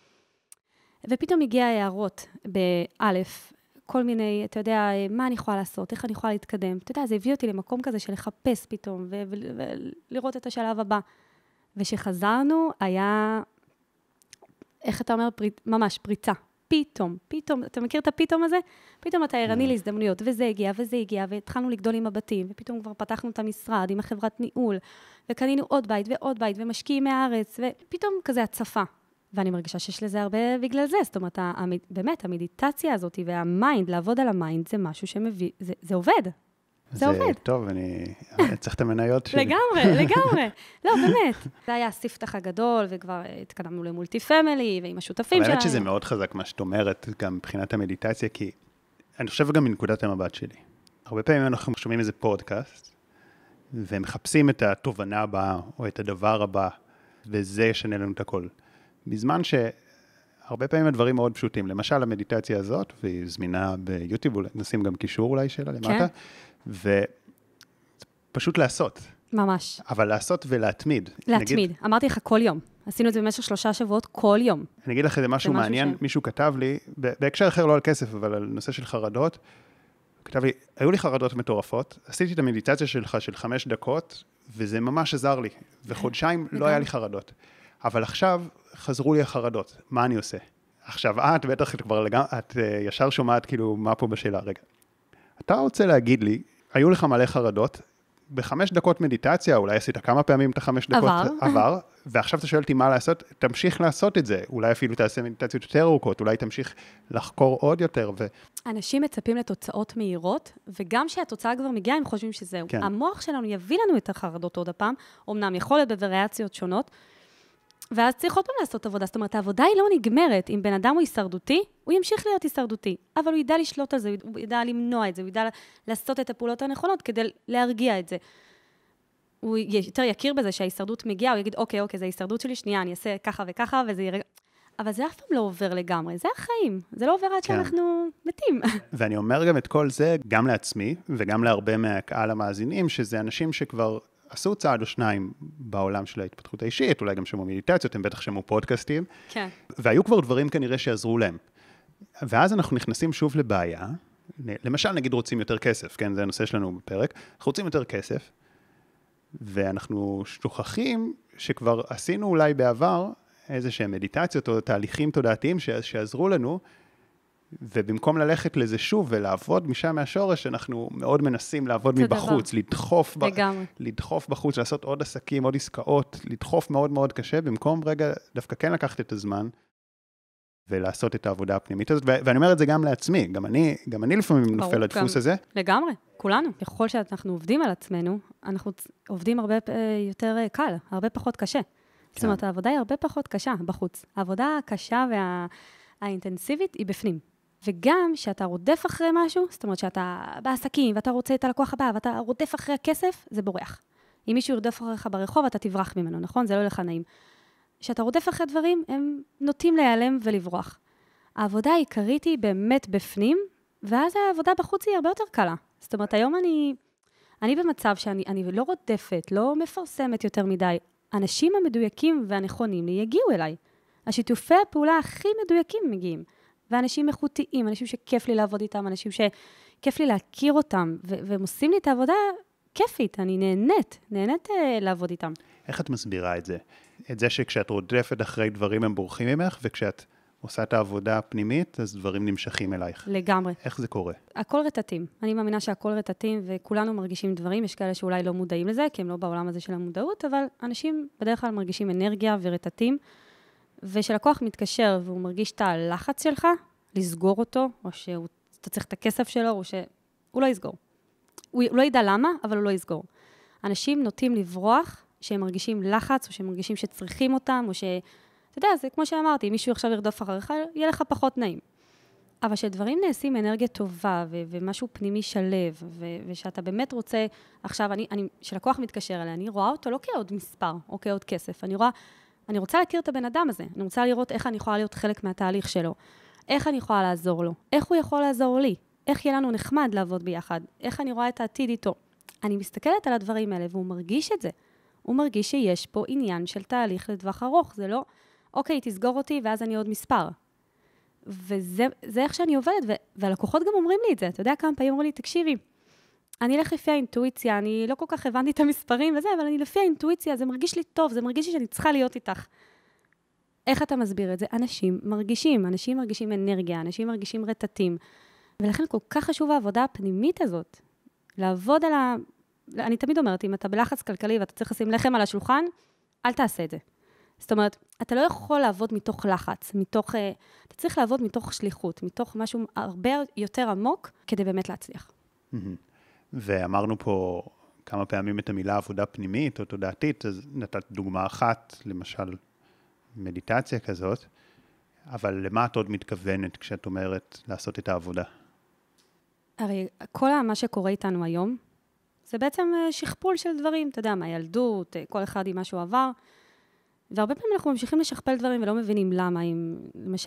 ופתאום הגיע הערות באלף, כל מיני, אתה יודע, מה אני יכולה לעשות, איך אני יכולה להתקדם. אתה יודע, זה הביא אותי למקום כזה של לחפש פתאום, ולראות את השלב הבא. ושחזרנו, היה, איך אתה אומר, ממש פריצה. פתאום, אתה מכיר את הפתאום הזה? פתאום אתה ערני להזדמנויות, וזה הגיע, והתחלנו לגדול עם הבתים, ופתאום כבר פתחנו את המשרד עם החברת ניהול, וקנינו עוד בית, ומשקיעים מהארץ, ופתאום כזה הצפה. ואני מרגישה שיש לזה הרבה בגלל זה, זאת אומרת, באמת, המדיטציה הזאת והמיינד, לעבוד על המיינד, זה משהו שמביא, זה עובד. זה עובד. טוב, אני צריך את המניות שלי. לגמרי. לא, באמת. זה היה הספתח הגדול, וכבר התקדמנו למולטי פמילי, ועם השותפים שלנו. האמת שזה מאוד חזק מה שאת אומרת, גם מבחינת המדיטציה, כי אני חושב גם מנקודת המבט שלי. הרבה פעמים אנחנו שומעים איזה פודקאסט, ומחפשים את התובנה הבאה, או את הדבר הבא, וזה ישנה לנו את הכל. בזמן שהרבה פעמים הדברים מאוד פשוטים. למשל, המדיטציה הזאת, והיא זמינה ביוטיוב, נשים גם קישור אולי שלה למטה, ופשוט לעשות. ממש. אבל לעשות ולהתמיד. להתמיד. אמרתי לך כל יום. עשינו את זה במשך 3 שבועות כל יום. אני אגיד לך איזה משהו מעניין, מישהו כתב לי, בהקשר אחר לא על כסף, אבל על נושא של חרדות, הוא כתב לי, היו לי חרדות מטורפות, עשיתי את המדיטציה שלך של 5 דקות, וזה ממש עזר לי, וחודשיים לא היה לי חרדות. אבל עכשיו חזרו לי החרדות, מה אני עושה? עכשיו, את בטח כבר את ישר שומעת כאילו מה פה בשאלה, רגע. אתה רוצה להגיד לי, היו לך מלא חרדות, ב5 דקות מדיטציה, אולי עשית כמה פעמים את ה5 דקות עבר, ועכשיו אתה שואל אותי מה לעשות, תמשיך לעשות את זה, אולי אפילו תעשה מדיטציות יותר ארוכות, אולי תמשיך לחקור עוד יותר. אנשים מצפים לתוצאות מהירות, וגם שהתוצאה כבר מגיעה, הם חושבים שזהו. כן. המוח שלנו יביא לנו את החרדות עוד הפעם, אמנם יכול להיות בווריאציות שונות, ואז צריך עוד פעם לעשות עבודה. זאת אומרת, העבודה היא לא נגמרת. אם בן אדם הוא הישרדותי, הוא ימשיך להיות הישרדותי. אבל הוא ידע לשלוט על זה, הוא ידע למנוע את זה, הוא ידע לעשות את הפעולות הנכונות כדי להרגיע את זה. הוא יותר יכיר בזה שההישרדות מגיעה, הוא יגיד, אוקיי, זה ההישרדות שלי, שנייה, אני אעשה ככה וככה, וזה ירגע. אבל זה אף פעם לא עובר לגמרי, זה החיים. זה לא עובר עד שאנחנו מתים. ואני אומר גם את כל זה, גם לעצמי, וגם להרבה מהקהל המאזינים, שזה אנשים שכבר עשו צעד או שניים בעולם של ההתפתחות האישית, אולי גם שמעו מדיטציות, הם בטח שמעו פודקאסטים, כן. והיו כבר דברים כנראה שעזרו להם. ואז אנחנו נכנסים שוב לבעיה, למשל נגיד רוצים יותר כסף, כן, זה הנושא שלנו בפרק, אנחנו רוצים יותר כסף, ואנחנו שוכחים שכבר עשינו אולי בעבר איזושהי מדיטציות או תהליכים תודעתיים שעזרו לנו, ובמקום ללכת לזה שוב ולעבוד משם מהשורש, אנחנו מאוד מנסים לעבוד מבחוץ, לדחוף בחוץ, לעשות עוד עסקים, עוד עסקאות, לדחוף מאוד מאוד קשה, במקום רגע דווקא כן לקחת את הזמן, ולעשות את העבודה הפנימית הזאת, ואני אומר את זה גם לעצמי, גם אני לפעמים נופל לדפוס הזה. לגמרי, כולנו. ככל שאנחנו עובדים על עצמנו, אנחנו עובדים הרבה יותר קל, הרבה פחות קשה. זאת אומרת, העבודה היא הרבה פחות קשה בחוץ. העבודה הקשה והאינטנסיבית היא בפנים. וגם שאתה רודף אחרי משהו, זאת אומרת שאתה בעסקים, ואתה רוצה את הלקוח הבא, ואתה רודף אחרי הכסף, זה בורח. אם מישהו ירדף אחריך ברחוב, אתה תברח ממנו, נכון? זה לא לך נעים. שאתה רודף אחרי דברים, הם נוטים להיעלם ולברוח. העבודה העיקרית היא באמת בפנים, ואז העבודה בחוץ היא הרבה יותר קלה. זאת אומרת, היום אני במצב שאני לא רודפת, לא מפרסמת יותר מדי. אנשים המדויקים והנכונים יגיעו אליי. השיתופי הפעולה הכי מדויקים מגיעים. ואנשים איכותיים, אנשים שכיף לי לעבוד איתם, אנשים שכיף לי להכיר אותם, והם עושים לי את העבודה כיפית, אני נהנית לעבוד איתם. איך את מסבירה את זה? את זה שכשאת רודפת אחרי דברים הם בורחים ממך, וכשאת עושה את העבודה הפנימית, אז דברים נמשכים אלייך. לגמרי. איך זה קורה? הכל רטטים. אני מאמינה שהכל רטטים, וכולנו מרגישים דברים. יש כאלה שאולי לא מודעים לזה, כי הם לא בעולם הזה של המודעות, אבל אנשים בדרך כלל מרגישים אנרגיה ורטטים, ושלקוח מתקשר והוא מרגיש את הלחץ שלך, לסגור אותו, או שאתה צריך את הכסף שלו, או שהוא לא יסגור. הוא לא ידע למה, אבל הוא לא יסגור. אנשים נוטים לברוח, שהם מרגישים לחץ, או שהם מרגישים שצריכים אותם, או אתה יודע, זה כמו שאמרתי, אם מישהו עכשיו ירדוף אחריך, יהיה לך פחות נעים. אבל שדברים נעשים אנרגיה טובה, ומשהו פנימי שלב, ושאתה באמת רוצה, עכשיו, שלקוח מתקשר אליה, אני רואה אותו לא כעוד מספר, או כעוד כסף, אני רוצה להכיר את הבן אדם הזה, אני רוצה לראות איך אני יכולה להיות חלק מהתהליך שלו, איך אני יכולה לעזור לו, איך הוא יכול לעזור לי, איך יהיה לנו נחמד לעבוד ביחד, איך אני רואה את העתיד איתו. אני מסתכלת על הדברים האלה, והוא מרגיש את זה. הוא מרגיש שיש פה עניין של תהליך לטווח ארוך, זה לא, אוקיי, תסגור אותי, ואז אני עוד מספר. וזה איך שאני עובדת, והלקוחות גם אומרים לי את זה. אתה יודע כמה פעמים אומרים לי, תקשיבי, אני אלך לפי האינטואיציה, אני לא כל כך הבנתי את המספרים וזה, אבל אני לפי האינטואיציה, זה מרגיש לי טוב, זה מרגיש לי שאני צריכה להיות איתך. איך אתה מסביר את זה? אנשים מרגישים אנרגיה, אנשים מרגישים רטטים, ולכן כל כך חשוב העבודה הפנימית הזאת, לעבוד על אני תמיד אומרת, אם אתה בלחץ כלכלי ואתה צריך לשים לחם על השולחן, אל תעשה את זה. זאת אומרת, אתה לא יכול לעבוד מתוך לחץ, אתה צריך לעבוד מתוך שליחות, מתוך משהו הרבה יותר עמוק, כדי באמת להצליח. ואמרנו פה כמה פעמים את המילה עבודה פנימית או תודעתית, אז נתת דוגמה אחת, למשל מדיטציה כזאת, אבל למה את עוד מתכוונת כשאת אומרת לעשות את העבודה? הרי כל מה שקורה איתנו היום, זה בעצם שכפול של דברים, אתה יודע, מהילדות, כל אחד עם מה שהוא עבר, והרבה פעמים אנחנו ממשיכים לשכפל דברים ולא מבינים למה. אם למשל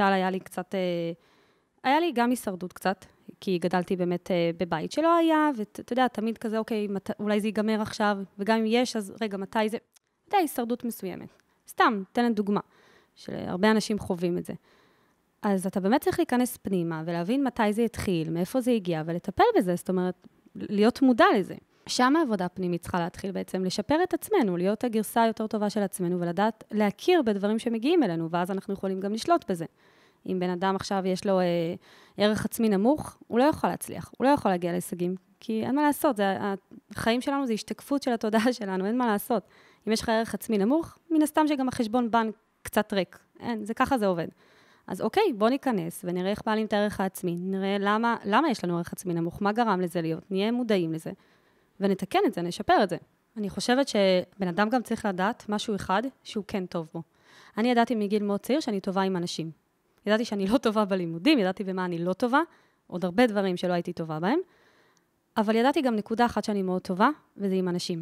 היה לי גם הישרדות קצת, כי גדלתי באמת בבית שלא היה, ואתה יודע, תמיד כזה, אוקיי, אולי זה ייגמר עכשיו, וגם אם יש, אז רגע, מתי זה? אתה יודע, הישרדות מסוימת. סתם, תן דוגמה, שהרבה אנשים חווים את זה. אז אתה באמת צריך להיכנס פנימה, ולהבין מתי זה התחיל, מאיפה זה הגיע, ולטפל בזה, זאת אומרת, להיות מודע לזה. שם העבודה הפנימית צריכה להתחיל בעצם לשפר את עצמנו, להיות הגרסה היותר טובה של עצמנו, ולדעת להכיר בדברים שמגיעים אלינו, ואז אנחנו יכולים גם לשלוט בזה. אם בן אדם עכשיו יש לו ערך עצמי נמוך, הוא לא יכול להצליח, הוא לא יכול להגיע להישגים, כי אין מה לעשות, החיים שלנו זה השתקפות של התודעה שלנו, אין מה לעשות. אם יש לך ערך עצמי נמוך, מן הסתם שגם החשבון בנק קצת ריק, ככה זה עובד. אז אוקיי, בוא ניכנס ונראה איך מעלים את הערך העצמי, נראה למה יש לנו ערך עצמי נמוך, מה גרם לזה להיות, נהיה מודעים לזה. ונתקן את זה, נשפר את זה. אני חושבת שבן אדם גם צריך לדעת משהו אחד שהוא כן טוב בו. אני ידעתי מגיל מאוד צעיר שאני טובה עם אנשים. ידעתי שאני לא טובה בלימודים, ידעתי במה אני לא טובה, עוד הרבה דברים שלא הייתי טובה בהם, אבל ידעתי גם נקודה אחת שאני מאוד טובה, וזה עם אנשים.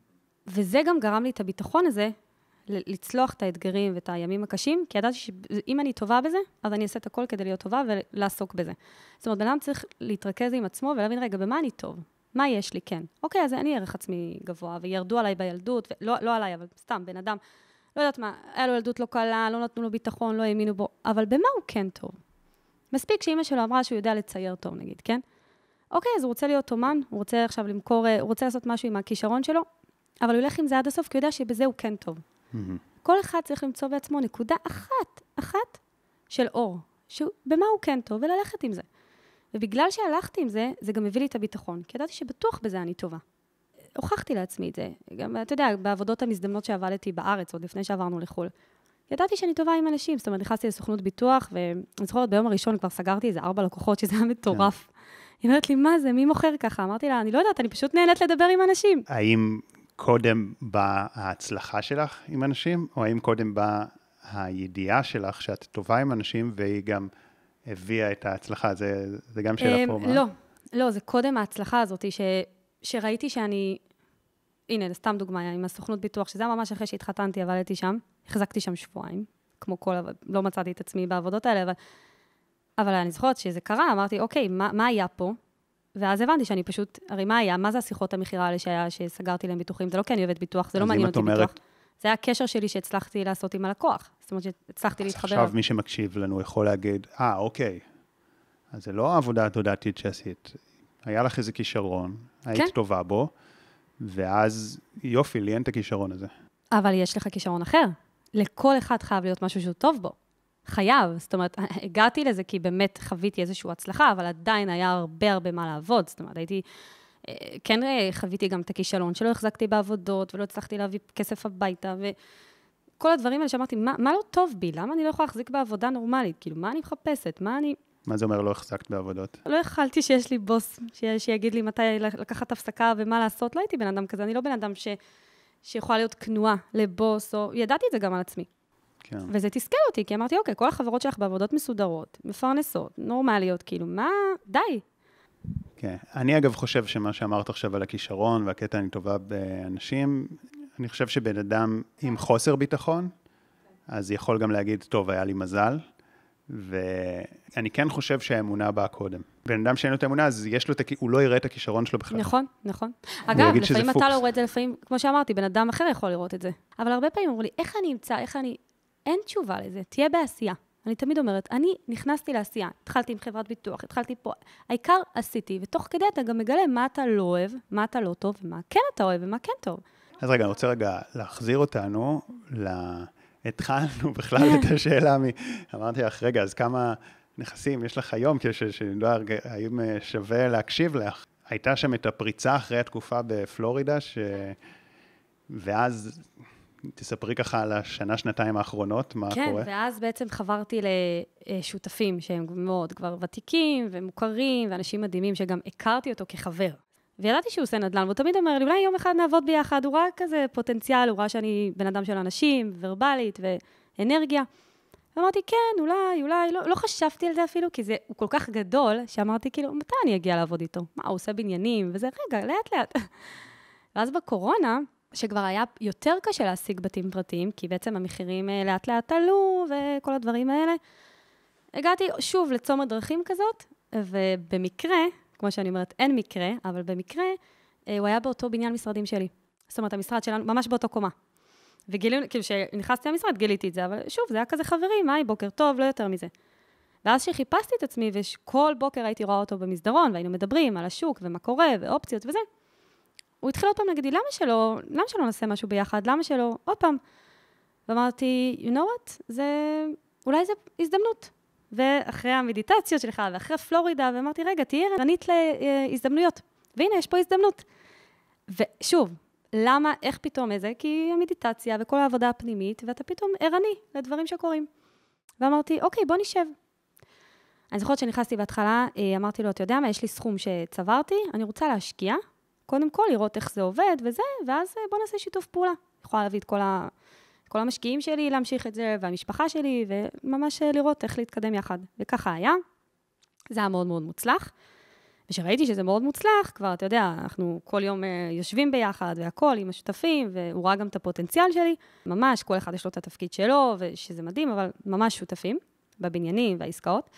וזה גם גרם לי את הביטחון הזה, לצלוח את האתגרים ואת הימים הקשים, כי ידעתי שאם אני טובה בזה, אז אני אעשה את הכל כדי להיות טובה ולעסוק בזה. זאת אומרת, בן אדם צריך להתרכז עם עצמו ולהבין, רגע, במה אני טוב? מה יש לי? כן. אוקיי, אז אני ערך עצמי גבוה, וירדו עליי בילדות, לא עליי, אבל סתם, בן אדם, לא יודעת מה, היה לו ילדות לא קלה, לא נתנו לו ביטחון, לא האמינו בו, אבל במה הוא כן טוב? מספיק שאמא שלו אמרה שהוא יודע לצייר טוב, נגיד, כן? אוקיי, אז הוא רוצה להיות אומן, הוא רוצה עכשיו למכור, הוא רוצה לעשות משהו עם הכישרון שלו, אבל הוא ילך עם זה עד הסוף, כי הוא יודע שבזה הוא כן טוב. כל אחד צריך למצוא בעצמו נקודה אחת של אור, במה הוא כן טוב, וללכת עם זה. ובגלל שהלכתי עם זה, זה גם הביא לי את הביטחון, כי ידעתי שבטוח בזה אני טובה. הוכחתי לעצמי את זה. גם, אתה יודע, בעבודות המזדמנות שעבדתי בארץ, עוד לפני שעברנו לחול, ידעתי שאני טובה עם אנשים, זאת אומרת, נכנסתי לסוכנות ביטוח, ואני זוכרת, ביום הראשון כבר סגרתי איזה 4 לקוחות, שזה היה מטורף. היא אומרת לי, מה זה? מי מוכר ככה? אמרתי לה, אני לא יודעת, אני פשוט נהנית לדבר עם אנשים. האם קודם באה ההצלחה שלך עם אנשים, או האם קודם באה הידיעה שלך שאת טובה עם אנשים, והיא גם הביאה את ההצלחה? זה גם שאלה פה. לא, זה קודם ההצלחה הזאת, שראיתי שאני, הנה, סתם דוגמה, עם הסוכנות ביטוח, שזה היה ממש אחרי שהתחתנתי, עבדתי שם, החזקתי שם שבועיים, כמו כל, לא מצאתי את עצמי בעבודות האלה, אבל אני זוכרת שזה קרה, אמרתי, אוקיי, מה היה פה? ואז הבנתי שאני פשוט, הרי מה היה? מה זה השיחות המחירה האלה שסגרתי להם ביטוחים? זה לא כי אני אוהבת ביטוח, זה לא מעניין אותי ביטוח. זה היה הקשר שלי שהצלחתי לעשות עם הלקוח. זאת אומרת שהצלחתי להתחבר. עכשיו מי שמקשיב לנו יכול להגיד, אוקיי, אז זה לא העבודה התודעתית שעשית. היה לך איזה כישרון, היית טובה בו, ואז יופי, לי אין את הכישרון הזה. אבל יש לך כישרון אחר. לכל אחד חייב להיות משהו שהוא טוב בו. חייב, זאת אומרת, הגעתי לזה כי באמת חוויתי איזושהי הצלחה, אבל עדיין היה הרבה הרבה מה לעבוד, זאת אומרת, כן חוויתי גם את הכישלון, שלא החזקתי בעבודות, ולא הצלחתי להביא כסף הביתה, וכל הדברים האלה שאמרתי, מה לא טוב בי? למה אני לא יכולה להחזיק בעבודה נורמלית? כאילו, מה אני מחפשת? מה זה אומר לא החזקת בעבודות? לא יכלתי שיש לי בוס שיגיד לי מתי לקחת הפסקה ומה לעשות, לא הייתי בן אדם כזה, אני לא בן אדם שיכולה להיות כנועה לבוס, או ידעתי את זה גם על עצמי. כן. וזה תסכל אותי, כי אמרתי, אוקיי, כל החברות שלך בעבודות מסודרות, מפרנסות, נורמליות, כאילו, מה? די. כן. אני אגב חושב שמה שאמרת עכשיו על הכישרון, והקטע אני טובה באנשים, אני חושב שבן אדם עם חוסר ביטחון, אז יכול גם להגיד, טוב, היה לי מזל, ואני כן חושב שהאמונה באה קודם. בן אדם שאין לו את האמונה, אז הוא לא יראה את הכישרון שלו בכלל. נכון, נכון. אגב, לפעמים אתה לא רואה את זה, לפעמים, כמו שאמרתי, בן אדם אחר יכול לראות את זה. אבל הרבה פעמים אמרו לי, איך אני אמצא, אין תשובה לזה, תהיה בעשייה. אני תמיד אומרת, אני נכנסתי לעשייה, התחלתי עם חברת ביטוח, התחלתי פה, העיקר עשיתי, ותוך כדי אתה גם מגלה מה אתה לא אוהב, מה אתה לא טוב, ומה כן אתה אוהב, ומה כן טוב. אז רגע, אני רוצה להחזיר אותנו התחלנו בכלל את השאלה אמרתי לך, רגע, אז כמה נכסים יש לך היום, שאני לא האם שווה להקשיב לך. הייתה שם את הפריצה אחרי התקופה בפלורידה, ואז תספרי ככה על השנה-שנתיים האחרונות, מה קורה? כן, ואז בעצם חברתי לשותפים שהם מאוד כבר ותיקים ומוכרים, ואנשים מדהימים שגם הכרתי אותו כחבר. וידעתי שהוא עושה נדל"ן, והוא תמיד אומר לי, אולי יום אחד נעבוד ביחד, הוא ראה כזה פוטנציאל, הוא ראה שאני בן אדם של אנשים, ורבלית ואנרגיה. ואמרתי, כן, אולי, לא חשבתי על זה אפילו, כי הוא כל כך גדול, שאמרתי, כאילו, מתי אני אגיע לעבוד איתו? מה, הוא עושה בניינים, וזה, רגע, לאט. ואז בקורונה, שכבר היה יותר קשה להשיג בתים פרטיים, כי בעצם המחירים לאט עלו, וכל הדברים האלה, הגעתי שוב לצומת דרכים כזאת, ובמקרה, כמו שאני אומרת, אין מקרה, אבל במקרה, הוא היה באותו בניין משרדים שלי. זאת אומרת, המשרד שלנו, ממש באותו קומה. וגילינו, כאילו, כשנכנסתי למשרד, גיליתי את זה, אבל שוב, זה היה כזה חברים, היי, בוקר טוב, לא יותר מזה. ואז שחיפשתי את עצמי, וכל בוקר הייתי רואה אותו במסדרון, והיינו מדברים על השוק, ומה קורה, ואופציות וזה, הוא התחיל עוד פעם להגיד לי, למה שלא נעשה משהו ביחד? למה שלא? עוד פעם. ואמרתי, you know what? אולי זה הזדמנות. ואחרי המדיטציות שלך, ואחרי פלורידה, ואמרתי, רגע, תהיה ערנית להזדמנויות. והנה, יש פה הזדמנות. ושוב, למה, איך פתאום איזה? כי המדיטציה וכל העבודה הפנימית, ואתה פתאום ערני לדברים שקורים. ואמרתי, אוקיי, בוא נשב. אני זוכרת שנכנסתי בהתחלה, אמרתי לו, אתה יודע מה, יש לי סכום שצברתי, אני רוצה להשקיע, קודם כל לראות איך זה עובד וזה, ואז בוא נעשה שיתוף פעולה. יכולה להביא את כל המשקיעים שלי, להמשיך את זה, והמשפחה שלי, וממש לראות איך להתקדם יחד. וככה היה. זה היה מאוד מאוד מוצלח. ושראיתי שזה מאוד מוצלח, כבר, אתה יודע, אנחנו כל יום יושבים ביחד, והכל עם השותפים, והוא ראה גם את הפוטנציאל שלי. ממש, כל אחד יש לו את התפקיד שלו, ושזה מדהים, אבל ממש שותפים, בבניינים והעסקאות.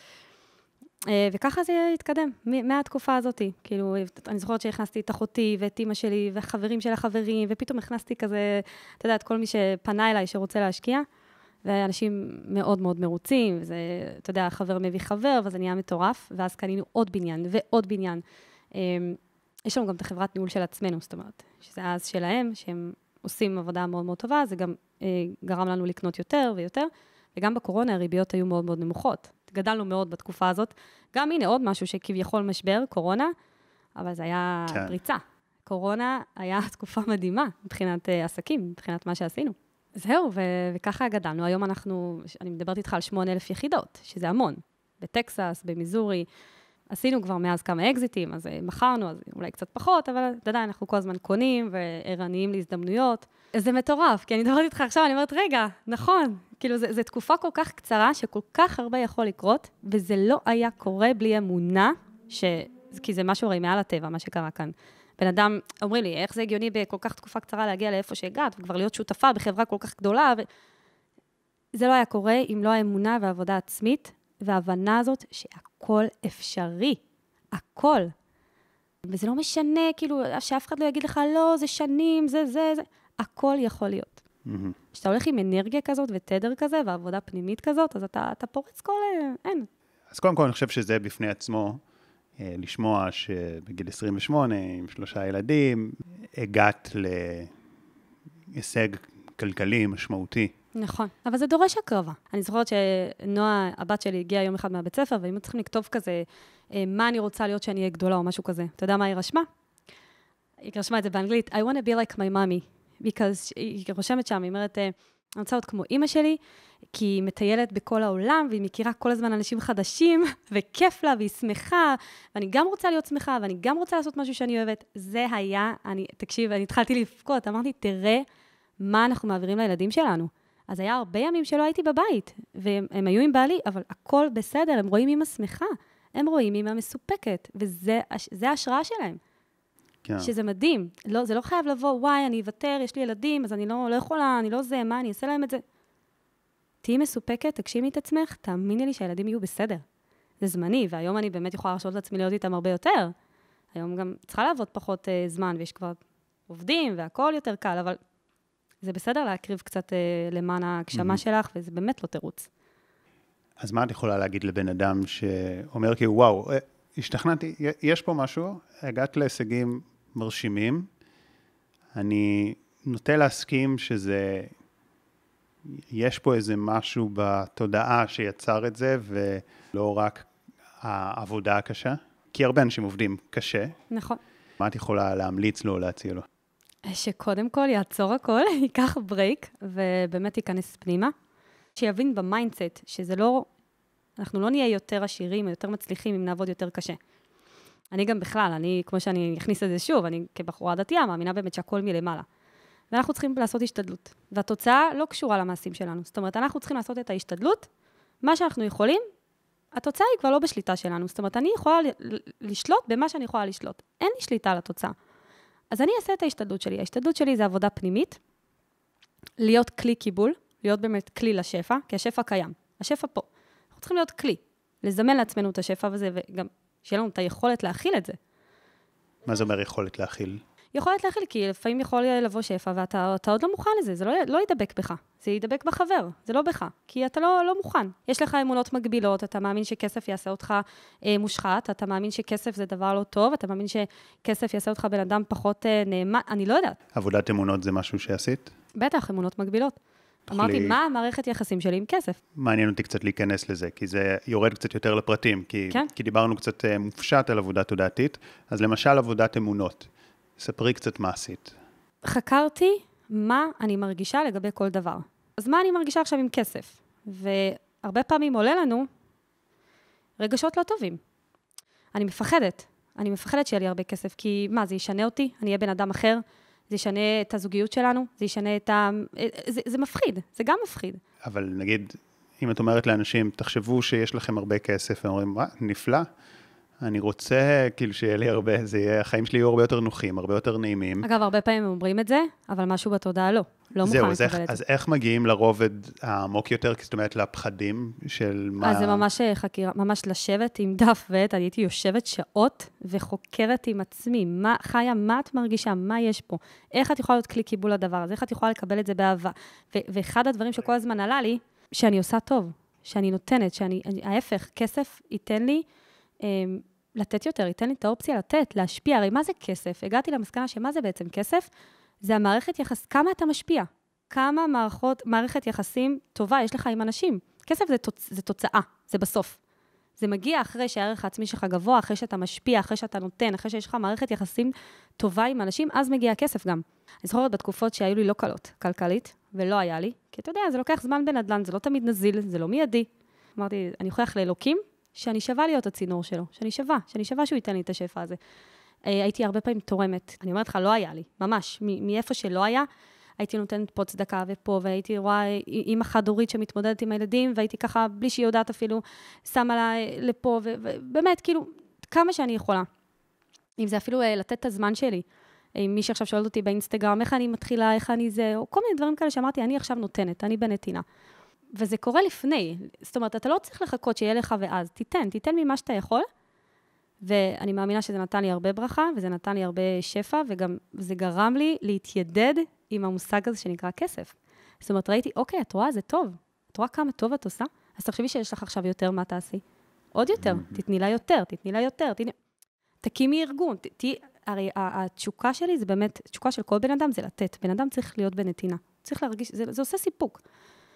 וככה זה התקדם, מהתקופה הזאת. כאילו, אני זוכרת שהכנסתי את אחותי ואת אמא שלי וחברים של החברים, ופתאום הכנסתי כזה, אתה יודע, את כל מי שפנה אליי שרוצה להשקיע, ואנשים מאוד מאוד מרוצים, וזה, אתה יודע, חבר מביא חבר, וזה נהיה מטורף, ואז קנינו עוד בניין ועוד בניין. יש לנו גם את החברת ניהול של עצמנו, זאת אומרת, שזה אז שלהם, שהם עושים עבודה מאוד מאוד טובה, זה גם גרם לנו לקנות יותר ויותר, וגם בקורונה הריביות היו מאוד מאוד נמוכות. גדלנו מאוד בתקופה הזאת. גם הנה עוד משהו שכביכול משבר, קורונה, אבל זה היה פריצה. קורונה היה תקופה מדהימה מבחינת עסקים, מבחינת מה שעשינו. זהו, וככה גדלנו. היום אני מדברת איתך על 8,000 יחידות, שזה המון. בטקסס, במיזורי. עשינו כבר מאז כמה אקזיטים, אז מכרנו, אז אולי קצת פחות, אבל עדיין אנחנו כל הזמן קונים וערניים להזדמנויות. זה מטורף, כי אני מדברת איתך עכשיו, אני אומרת, רגע, נכון, כאילו, זו תקופה כל כך קצרה, שכל כך הרבה יכול לקרות, וזה לא היה קורה בלי אמונה, כי זה משהו הרי מעל הטבע, מה שקרה כאן. בן אדם, אומרים לי, איך זה הגיוני בכל כך תקופה קצרה להגיע לאיפה שהגעת, וכבר להיות שותפה בחברה כל כך גדולה, זה לא היה קורה אם לא האמונה והעבודה עצמית, וההבנה הזאת שהכל אפשרי, הכל. וזה לא משנה, כאילו, שאף אחד לא יגיד לך, לא, זה שנים, זה, הכל יכול להיות. כשאתה הולך עם אנרגיה כזאת ותדר כזה, ועבודה פנימית כזאת, אז אתה פורץ כל... אין. אז קודם כל, אני חושב שזה בפני עצמו, לשמוע שבגיל 28, עם 3 ילדים, הגעת להישג כלכלי משמעותי. נכון, אבל זה דורש הקרבה. אני זוכרת שנועה, הבת שלי, הגיעה יום אחד מהבית ספר, והיינו צריכים לכתוב כזה, מה אני רוצה להיות שאני אהיה גדולה או משהו כזה. אתה יודע מה היא רשמה? היא רשמה את זה באנגלית, I want to be like my mommy, because היא רושמת שם, היא אומרת, אני רוצה להיות כמו אמא שלי, כי היא מטיילת בכל העולם, והיא מכירה כל הזמן אנשים חדשים, וכיף לה, והיא שמחה, ואני גם רוצה להיות שמחה, ואני גם רוצה לעשות משהו שאני אוהבת. זה היה, תקשיב, אני התחלתי לבכות, אמרתי, תראה מה אנחנו מעבירים לילדים שלנו. אז היה הרבה ימים שלא הייתי בבית, והם היו עם בעלי, אבל הכל בסדר, הם רואים אמא שמחה, הם רואים אמא מסופקת, וזה ההשראה שלהם. כן. שזה מדהים. לא, זה לא חייב לבוא, וואי, אני אוותר, יש לי ילדים, אז אני לא יכולה, אני לא זה, מה, אני אעשה להם את זה. תהי מסופקת, תגשימי את עצמך, תאמיני לי שהילדים יהיו בסדר. זה זמני, והיום אני באמת יכולה להרשות לעצמי להיות איתם הרבה יותר. היום גם צריכה לעבוד פחות זמן, ויש כבר עובדים, והכל יותר קל, אבל זה בסדר להקריב קצת למען ההגשמה שלך, וזה באמת לא תירוץ. אז מה את יכולה להגיד לבן אדם שאומר כאילו, וואו, השתכנעתי, יש פה משהו, הגעת להישגים מרשימים, אני נוטה להסכים שזה, יש פה איזה משהו בתודעה שיצר את זה, ולא רק העבודה הקשה, כי הרבה אנשים עובדים קשה. נכון. מה את יכולה להמליץ לו או להציע לו? שקודם כל יעצור הכל, ייקח ברייק, ובאמת ייכנס פנימה. שיבין במיינדסט שזה לא, אנחנו לא נהיה יותר עשירים, יותר מצליחים אם נעבוד יותר קשה. אני גם בכלל, כמו שאני אכניס את זה שוב, אני כבחורה דתייה, מאמינה באמת שהכל מלמעלה. ואנחנו צריכים לעשות השתדלות. והתוצאה לא קשורה למעשים שלנו. זאת אומרת, אנחנו צריכים לעשות את ההשתדלות, מה שאנחנו יכולים, התוצאה היא כבר לא בשליטה שלנו. זאת אומרת, אני יכולה לשלוט במה שאני יכולה לשלוט. אין לי שליטה על התוצאה. אז אני אעשה את ההשתדלות שלי. ההשתדלות שלי זה עבודה פנימית, להיות כלי קיבול, להיות באמת כלי לשפע, כי השפע קיים. השפע פה. אנחנו צריכים להיות כלי, לזמן לעצמנו את השפע הזה, וגם שיהיה לנו את היכולת להכיל את זה. מה זה אומר יכולת להכיל? יכולת להכיל, כי לפעמים יכול לבוא שפע, ואתה עוד לא מוכן לזה, זה לא ידבק בך, זה ידבק בחבר, זה לא בך, כי אתה לא מוכן. יש לך אמונות מגבילות, אתה מאמין שכסף יעשה אותך מושחת, אתה מאמין שכסף זה דבר לא טוב, אתה מאמין שכסף יעשה אותך בן אדם פחות נאמן, אני לא יודעת. עבודת אמונות זה משהו שעשית? בטח, אמונות מגבילות. אמרתי, מה המערכת יחסים שלי עם כסף? מעניין אותי קצת להיכנס לזה, כי זה יורד קצת יותר לפרטים, כי דיברנו קצת מופשט על עבודה תודעתית, אז למשל עבודת אמונות. ספרי קצת מה עשית. חקרתי מה אני מרגישה לגבי כל דבר. אז מה אני מרגישה עכשיו עם כסף? והרבה פעמים עולה לנו רגשות לא טובים. אני מפחדת שיהיה לי הרבה כסף, כי מה, זה ישנה אותי? אני אהיה בן אדם אחר? זה ישנה את הזוגיות שלנו? זה ישנה את זה מפחיד, זה גם מפחיד. אבל נגיד, אם את אומרת לאנשים, תחשבו שיש לכם הרבה כסף, הם אומרים, מה, נפלא? אני רוצה כאילו שיהיה לי הרבה, החיים שלי יהיו הרבה יותר נוחים, הרבה יותר נעימים. אגב, הרבה פעמים אומרים את זה, אבל משהו בתודעה לא מוכן לקבל את זה. אז איך מגיעים לרובד העמוק יותר, זאת אומרת, לפחדים של מה... אז זה ממש חקירה, ממש לשבת עם דף ועט, אני הייתי יושבת שעות וחוקרת עם עצמי, חיה, מה את מרגישה, מה יש פה, איך את יכולה להיות כלי קיבול לדבר הזה, איך את יכולה לקבל את זה באהבה. ואחד הדברים שכל הזמן עלה לי, שאני עושה טוב, שאני נותנת, ההפך, כסף ייתן לי לתת יותר, ייתן לי את האופציה לתת, להשפיע. הרי מה זה כסף? הגעתי למסקנה שמה זה בעצם כסף? זה המערכת יחס, כמה אתה משפיע? כמה מערכת יחסים טובה יש לך עם אנשים? כסף זה תוצאה, זה בסוף. זה מגיע אחרי שהערך העצמי שלך גבוה, אחרי שאתה משפיע, אחרי שאתה נותן, אחרי שיש לך מערכת יחסים טובה עם אנשים, אז מגיע הכסף גם. אני זוכרת בתקופות שהיו לי לא קלות, כלכלית, ולא היה לי, כי אתה יודע, זה לוקח זמן בנדל"ן, זה לא תמיד נזיל, זה לא מיידי. אמרתי, אני אוכיח לאלוקים שאני שווה להיות הצינור שלו, שאני שווה שהוא ייתן לי את השפע הזה. הייתי הרבה פעמים תורמת. אני אומרת לך, לא היה לי, ממש. מאיפה שלא היה, הייתי נותנת פה צדקה ופה, והייתי רואה אמא חד-הורית שמתמודדת עם הילדים, והייתי ככה, בלי שהיא יודעת אפילו, שמה לה לפה, ובאמת, כאילו, כמה שאני יכולה. אם זה אפילו לתת את הזמן שלי. מי שעכשיו שואלת אותי באינסטגרם, איך אני מתחילה, איך אני זה, או כל מיני דברים כאלה שאמרתי, אני עכשיו נותנת, אני בנתינה. וזה קורה לפני. זאת אומרת, אתה לא צריך לחכות שיהיה לך ואז. תיתן ממה שאתה יכול, ואני מאמינה שזה נתן לי הרבה ברכה, וזה נתן לי הרבה שפע, וגם זה גרם לי להתיידד עם המושג הזה שנקרא כסף. זאת אומרת, ראיתי, אוקיי, את רואה, זה טוב. את רואה כמה טוב את עושה? אז תחשבי שיש לך עכשיו יותר, מה תעשי? עוד יותר, תתני לה יותר. תקימי ארגון. הרי התשוקה שלי זה באמת, תשוקה של כל בן אדם זה לתת. בן אדם צריך להיות בנתינה. צריך להרגיש, זה עושה סיפוק.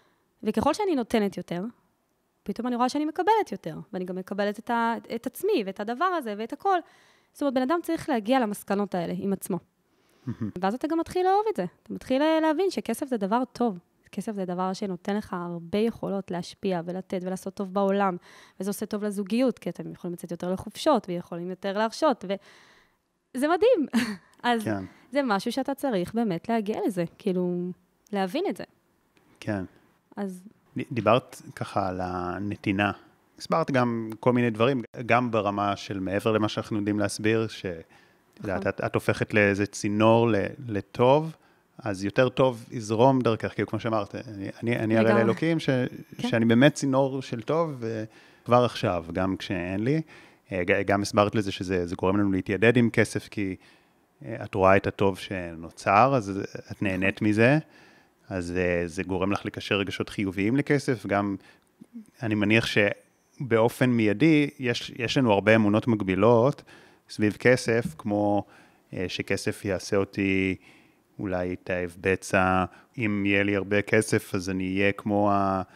וככל שאני נותנת יותר, פתאום אני רואה שאני מקבלת יותר, ואני גם מקבלת את עצמי, ואת הדבר הזה, ואת הכל. זאת אומרת, בן אדם צריך להגיע למסקנות האלה עם עצמו. ואז אתה גם מתחיל לאהוב את זה. אתה מתחיל להבין שכסף זה דבר טוב. כסף זה דבר שנותן לך הרבה יכולות להשפיע ולתת ולעשות טוב בעולם. וזה עושה טוב לזוגיות, כי אתם יכולים לצאת יותר לחופשות, ויכולים יותר להרשות, וזה מדהים. אז כן. זה משהו שאתה צריך באמת להגיע לזה, כאילו, להבין את זה. כן. אז... דיברת ככה על הנתינה. הסברת גם כל מיני דברים, גם ברמה של מעבר למה שאנחנו יודעים להסביר, שאת הופכת לאיזה צינור לטוב, אז יותר טוב יזרום דרכך, כאילו כמו שאמרת, אני הרי לאלוקים שאני באמת צינור של טוב, וכבר עכשיו, גם כשאין לי, גם הסברת לזה שזה גורם לנו להתיידד עם כסף, כי את רואה את הטוב שנוצר, אז את נהנית מזה, אז זה גורם לך לקשר רגשות חיוביים לכסף, גם אני מניח שבאופן מיידי, יש לנו הרבה אמונות מגבילות סביב כסף, כמו שכסף יעשה אותי אולי תאהב בצע, אם יהיה לי הרבה כסף, אז אני אהיה כמו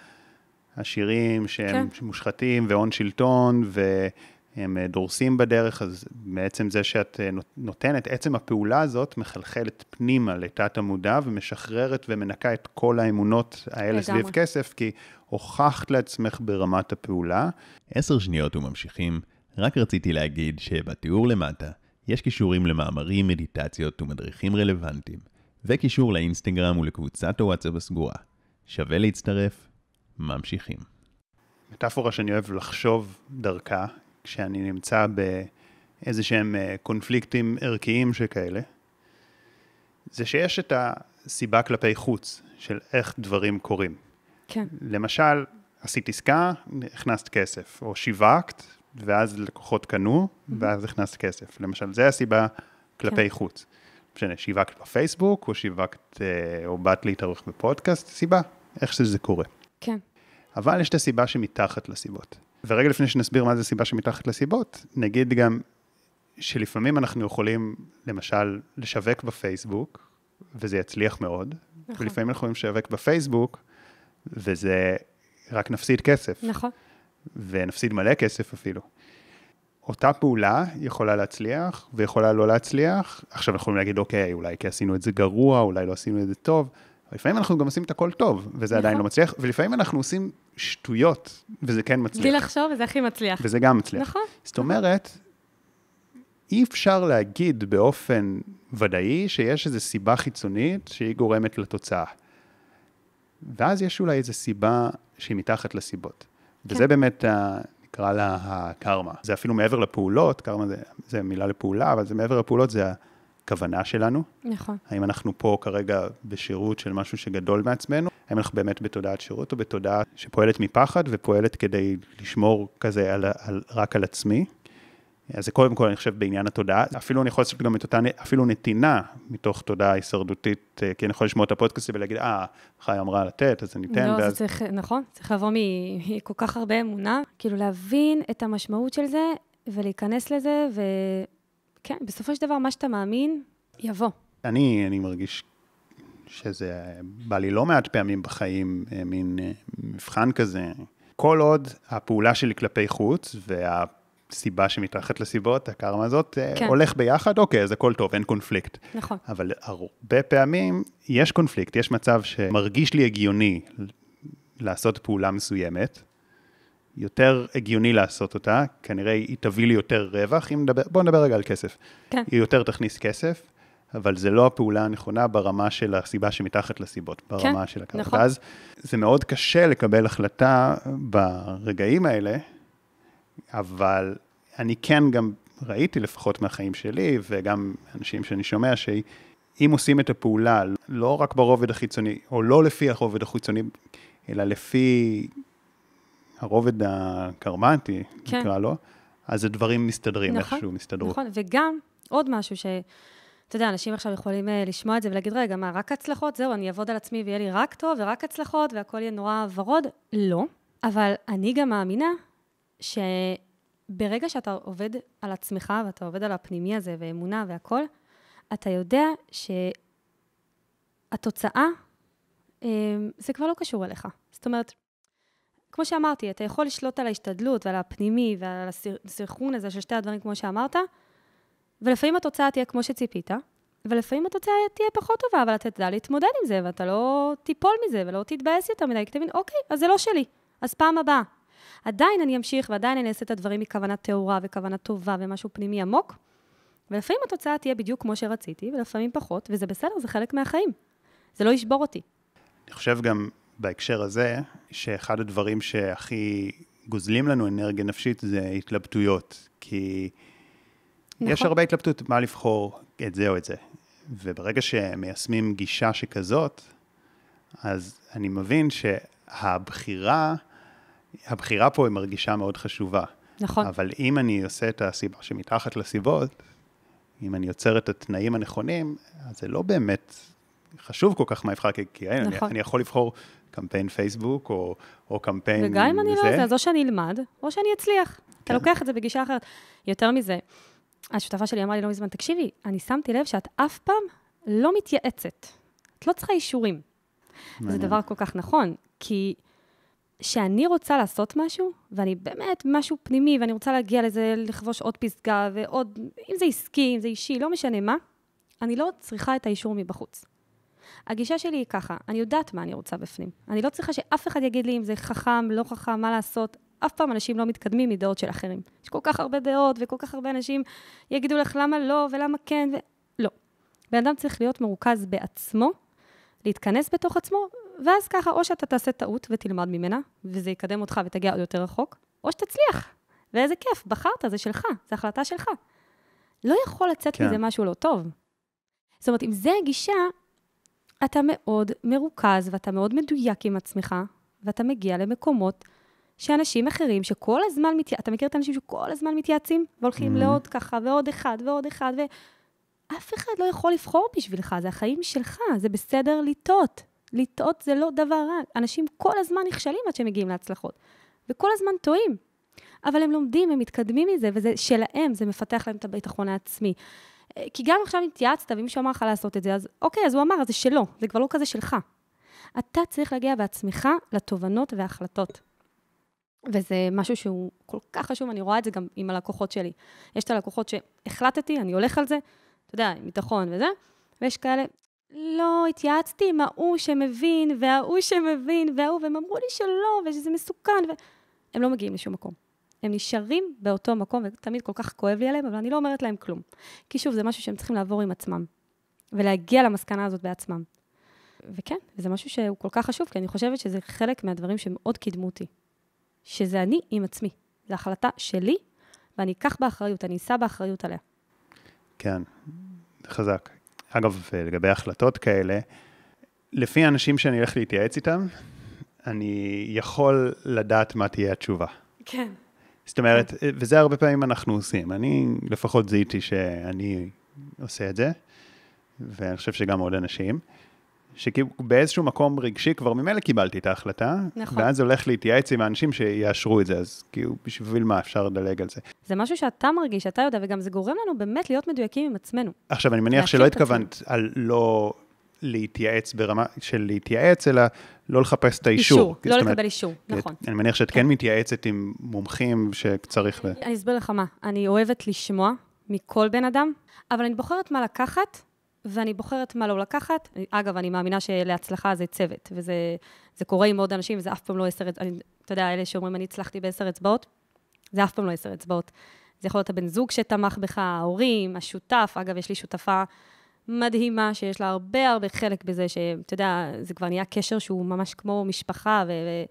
השירים שהם מושחתים והון שלטון, והם דורסים בדרך, אז בעצם זה שאת נותנת, עצם הפעולה הזאת מחלחלת פנימה לתת המודע, ומשחררת ומנקה את כל האמונות האלה סביב כסף, כי הוכחת לעצמך ברמת הפעולה. 10 שניות וממשיכים, רק רציתי להגיד שבתיאור למטה, יש קישורים למאמרים, מדיטציות ומדריכים רלוונטיים, וקישור לאינסטגרם ולקבוצת הוואטסאפ הסגורה. שווה להצטרף, ממשיכים. מטאפורה שאני אוהב לחשוב דרכה, כשאני נמצא באיזה שהם קונפליקטים ערכיים שכאלה, זה שיש את הסיבה כלפי חוץ של איך דברים קורים. כן. למשל, עשית עסקה, הכנסת כסף, או שיווקת, ואז לקוחות קנו, ואז הכנסת כסף. למשל, זה הסיבה כלפי חוץ. משנה, שיווקת בפייסבוק, או שיווקת, או באת להתארח בפודקאסט, סיבה, איך שזה קורה. כן. אבל יש את הסיבה שמתחת לסיבות. ורגע לפני שנסביר מה זה סיבה שמתחת לסיבות, נגיד גם שלפעמים אנחנו יכולים, למשל, לשווק בפייסבוק, וזה יצליח מאוד, נכון. ולפעמים אנחנו יכולים לשווק בפייסבוק, וזה רק נפסיד כסף. נכון. ונפסיד מלא כסף אפילו. אותה פעולה יכולה להצליח, ויכולה לא להצליח. עכשיו אנחנו יכולים להגיד, אוקיי, אולי כי עשינו את זה גרוע, אולי לא עשינו את זה טוב. לפעמים אנחנו גם עושים את הכל טוב, וזה עדיין לא מצליח, ולפעמים אנחנו עושים שטויות, וזה כן מצליח. בלי לחשוב, וזה הכי מצליח. וזה גם מצליח. נכון. זאת אומרת, אי אפשר להגיד באופן ודאי שיש איזו סיבה חיצונית שהיא גורמת לתוצאה. ואז יש אולי איזו סיבה שהיא מתחת לסיבות. וזה באמת, נקרא לה הקרמה. זה אפילו מעבר לפעולות, קרמה זה מילה לפעולה, אבל זה מעבר לפעולות, זה הכוונה שלנו. נכון. האם אנחנו פה כרגע בשירות של משהו שגדול מעצמנו, האם אנחנו באמת בתודעת שירות או בתודעה שפועלת מפחד ופועלת כדי לשמור כזה רק על עצמי. אז זה קודם כל, אני חושב, בעניין התודעה. אפילו אני יכול לעשות גם את אותה, אפילו נתינה מתוך תודעה הישרדותית, כי אני יכול לשמוע את הפודקאסט ולהגיד, חי אמרה לתת, אז אני אתן. לא, זה צריך, נכון, צריך לבוא מכל כך הרבה אמונה, כאילו להבין את המשמעות של זה, ולהיכנס לזה, וכן, בסופו של דבר, מה שאתה מאמין, יבוא. אני מרגיש שזה בא לי לא מעט פעמים בחיים, מין מבחן כזה. כל עוד הפעולה שלי כלפי חוץ, סיבה שמתרחת לסיבות, הקרמה הזאת, כן. הולך ביחד, אוקיי, אז הכל טוב, אין קונפליקט. נכון. אבל הרבה פעמים יש קונפליקט, יש מצב שמרגיש לי הגיוני לעשות פעולה מסוימת, יותר הגיוני לעשות אותה, כנראה היא תביא לי יותר רווח, בואו נדבר רגע על כסף. כן. היא יותר תכניס כסף, אבל זה לא הפעולה הנכונה ברמה של הסיבה שמתחת לסיבות, ברמה של הקרמה. נכון. ואז זה מאוד קשה לקבל החלטה ברגעים האלה, אבל אני כן גם ראיתי לפחות מהחיים שלי, וגם אנשים שאני שומע, שאם עושים את הפעולה, לא רק ברובד החיצוני, או לא לפי הרובד החיצוני, אלא לפי הרובד הקרמטי, כן. נקרא לו, אז הדברים מסתדרים, נכון, איכשהו מסתדרו. נכון, וגם עוד משהו אתה יודע, אנשים עכשיו יכולים לשמוע את זה ולהגיד, רגע, מה, רק הצלחות? זהו, אני אעבוד על עצמי ויהיה לי רק טוב ורק הצלחות, והכל יהיה נורא ורוד. לא, אבל אני גם מאמינה שברגע שאתה עובד על עצמך, ואתה עובד על הפנימי הזה, ואמונה והכל, אתה יודע שהתוצאה, זה כבר לא קשור אליך. זאת אומרת, כמו שאמרתי, אתה יכול לשלוט על ההשתדלות ועל הפנימי ועל הסנכרון הזה של שתי הדברים כמו שאמרת, ולפעמים התוצאה תהיה כמו שציפית, ולפעמים התוצאה תהיה פחות טובה, אבל אתה תדע להתמודד עם זה, ואתה לא תיפול מזה ולא תתבאס יותר מדי, כי תבין, אוקיי, אז זה לא שלי, אז פעם הבאה. עדיין אני אמשיך ועדיין אני אעשה את הדברים מכוונה תאורה וכוונה טובה ומשהו פנימי עמוק, ולפעמים התוצאה תהיה בדיוק כמו שרציתי, ולפעמים פחות, וזה בסדר, זה חלק מהחיים. זה לא ישבור אותי. אני חושב גם בהקשר הזה, שאחד הדברים שהכי גוזלים לנו אנרגיה נפשית זה התלבטויות, כי נכון. יש הרבה התלבטות מה לבחור את זה או את זה. וברגע שמיישמים גישה שכזאת, אז אני מבין שהבחירה פה היא מרגישה מאוד חשובה. נכון. אבל אם אני עושה את הסיבה שמתחת לסיבות, אם אני יוצר את התנאים הנכונים, אז זה לא באמת חשוב כל כך מה יבחר, כי נכון. אני יכול לבחור קמפיין פייסבוק או קמפיין... וגם אם אני לא זה, אז או שאני אלמד, או שאני אצליח. כן. אתה לוקח את זה בגישה אחרת. יותר מזה, השותפה שלי אמרה לי לא מזמן, תקשיבי, אני שמתי לב שאת אף פעם לא מתייעצת. את לא צריכה אישורים. זה דבר כל כך נכון, כי שאני רוצה לעשות משהו, ואני באמת משהו פנימי, ואני רוצה להגיע לזה, לכבוש עוד פסגה, ועוד, אם זה עסקי, אם זה אישי, לא משנה מה, אני לא צריכה את האישור מבחוץ. הגישה שלי היא ככה, אני יודעת מה אני רוצה בפנים. אני לא צריכה שאף אחד יגיד לי אם זה חכם, לא חכם, מה לעשות. אף פעם אנשים לא מתקדמים מדעות של אחרים. יש כל כך הרבה דעות, וכל כך הרבה אנשים יגידו לך למה לא, ולמה כן, לא. בן אדם צריך להיות מרוכז בעצמו, להתכנס בתוך עצמו, ואז ככה, או שאתה תעשה טעות ותלמד ממנה, וזה יקדם אותך ותגיע עוד יותר רחוק, או שתצליח. ואיזה כיף, בחרת, זה שלך, זה החלטה שלך. לא יכול לצאת מזה משהו לא טוב. זאת אומרת, אם זה הגישה, אתה מאוד מרוכז, ואתה מאוד מדויק עם עצמך, ואתה מגיע למקומות שאנשים אחרים שכל הזמן אתה מכיר את האנשים שכל הזמן מתייעצים, והולכים לעוד ככה, ועוד אחד, ועוד אחד, ואף אחד לא יכול לבחור בשבילך, זה החיים שלך, זה בסדר לטעות. לטעות זה לא דבר רע. אנשים כל הזמן נכשלים עד שהם מגיעים להצלחות, וכל הזמן טועים. אבל הם לומדים, הם מתקדמים מזה, וזה שלהם, זה מפתח להם את הביטחון העצמי. כי גם עכשיו התייעצת, ואם מישהו אמר לך לעשות את זה, אז אוקיי, אז הוא אמר, אז זה שלו, זה כבר לא כזה שלך. אתה צריך להגיע בעצמך לתובנות וההחלטות. וזה משהו שהוא כל כך חשוב, אני רואה את זה גם עם הלקוחות שלי. יש את הלקוחות שהחלטתי, אני הולך על זה, אתה יודע, עם ביטחון וזה, ויש כאלה, לא, התייעצתי עם ההוא שמבין, וההוא שמבין, וההוא, והם אמרו לי שלא, ושזה מסוכן, הם לא מגיעים לשום מקום. הם נשארים באותו מקום, ותמיד כל כך כואב לי עליהם, אבל אני לא אומרת להם כלום. כי שוב, זה משהו שהם צריכים לעבור עם עצמם, ולהגיע למסקנה הזאת בעצמם. וכן, וזה משהו שהוא כל כך חשוב, כי אני חושבת שזה חלק מהדברים שמאוד קידמו אותי. שזה אני עם עצמי. זו החלטה שלי, ואני אקח באחריות, אני אשא באחריות עליה. כן, זה חזק. אגב, לגבי החלטות כאלה, לפי האנשים שאני הולך להתייעץ איתם, אני יכול לדעת מה תהיה התשובה. כן. זאת אומרת, וזה הרבה פעמים אנחנו עושים. אני לפחות זיהיתי שאני עושה את זה, ואני חושב שגם עוד אנשים, שבאיזשהו מקום רגשי כבר ממילא קיבלתי את ההחלטה, נכון. ואז הולך להתייעץ עם האנשים שיאשרו את זה, אז כאילו בשביל מה אפשר לדלג על זה. זה משהו שאתה מרגיש, אתה יודע, וגם זה גורם לנו באמת להיות מדויקים עם עצמנו. עכשיו, אני מניח שלא התכוונת על לא להתייעץ ברמה של להתייעץ, אלא לא לחפש את האישור. אישור, לא לקבל אישור, נכון. אני מניח שאת כן מתייעצת עם מומחים שצריך... אני אסביר לך מה, אני אוהבת לשמוע מכל בן אדם, אבל אני בוחרת מה לקחת, ואני בוחרת מה לא לקחת. אגב, אני מאמינה שלהצלחה זה צוות, וזה קורה עם עוד אנשים, וזה אף פעם לא 10 אצבעות. אתה יודע, אלה שאומרים, אני הצלחתי ב10 אצבעות, זה אף פעם לא 10 אצבעות. זה יכול להיות הבן זוג שתמך בך, ההורים, השותף. אגב, יש לי שותפה מדהימה, שיש לה הרבה חלק בזה, שאתה יודע, זה כבר נהיה קשר שהוא ממש כמו משפחה,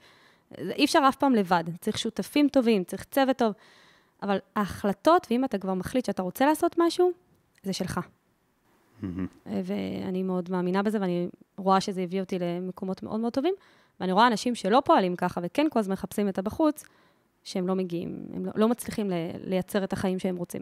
אי אפשר אף פעם לבד. צריך שותפים טובים, צריך צוות טוב. אבל ההחלטות, ואם אתה כבר מחליט שאתה רוצה לעשות משהו, זה שלך. ואני מאוד מאמינה בזה, ואני רואה שזה הביא אותי למקומות מאוד מאוד טובים, ואני רואה אנשים שלא פועלים ככה, וכן כל הזמן מחפשים את הבחוץ, שהם לא מגיעים, הם לא מצליחים לייצר את החיים שהם רוצים.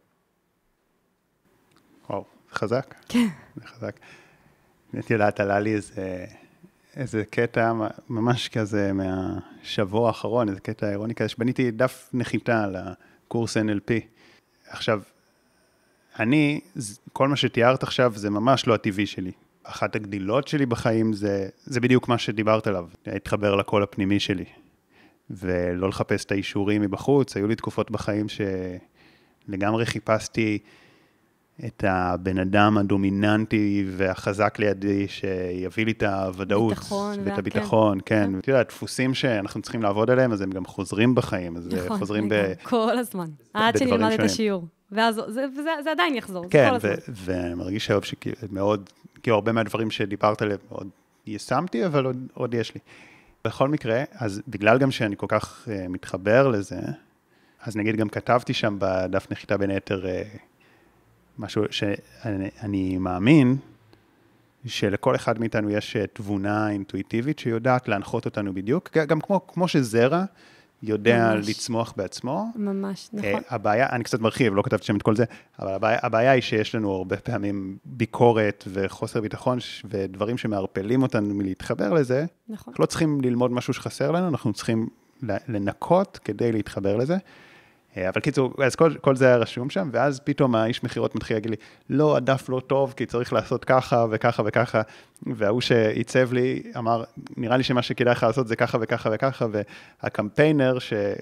וואו, זה חזק. כן. זה חזק. את יודעת, עלה לי איזה קטע ממש כזה מהשבוע האחרון, איזה קטע אירוני כזה, שבניתי דף נחיתה על הקורס NLP. עכשיו, כל מה שתיארת עכשיו זה ממש לא הטבעי שלי. אחת הגדילות שלי בחיים זה בדיוק מה שדיברת עליו, להתחבר לקול הפנימי שלי, ולא לחפש את האישורים מבחוץ. היו לי תקופות בחיים שלגמרי חיפשתי את הבן אדם הדומיננטי והחזק לידי, שיביא לי את הוודאות, ואת הביטחון, כן. ואתה יודע, הדפוסים שאנחנו צריכים לעבוד עליהם, אז הם גם חוזרים בחיים, אז חוזרים כל הזמן, עד שנלמד את השיעור. ואז זה עדיין יחזור, כן, ואני מרגיש היום שמאוד, כאילו הרבה מהדברים שדיברת עליהם, מאוד יישמתי, אבל עוד יש לי. בכל מקרה, אז בגלל גם שאני כל כך מתחבר לזה, אז נגיד גם כתבתי שם בדף נחיתה בין היתר, משהו שאני מאמין, שלכל אחד מאיתנו יש תבונה אינטואיטיבית, שיודעת להנחות אותנו בדיוק, גם כמו שזרע יודע לצמוח בעצמו. ממש, נכון. הבעיה, אני קצת מרחיב, לא כתבתי שם את כל זה, אבל הבעיה היא שיש לנו הרבה פעמים ביקורת וחוסר ביטחון, ודברים שמערפלים אותנו מלהתחבר לזה. נכון. אנחנו לא צריכים ללמוד משהו שחסר לנו, אנחנו צריכים לנקות כדי להתחבר לזה. אבל קיצור, אז כל זה היה רשום שם, ואז פתאום האיש מחירות מתחיל להגיד לי, לא, הדף לא טוב, כי צריך לעשות ככה וככה וככה, והוא שעיצב לי אמר, נראה לי שמה שכדאי לך לעשות זה ככה וככה וככה, והקמפיינר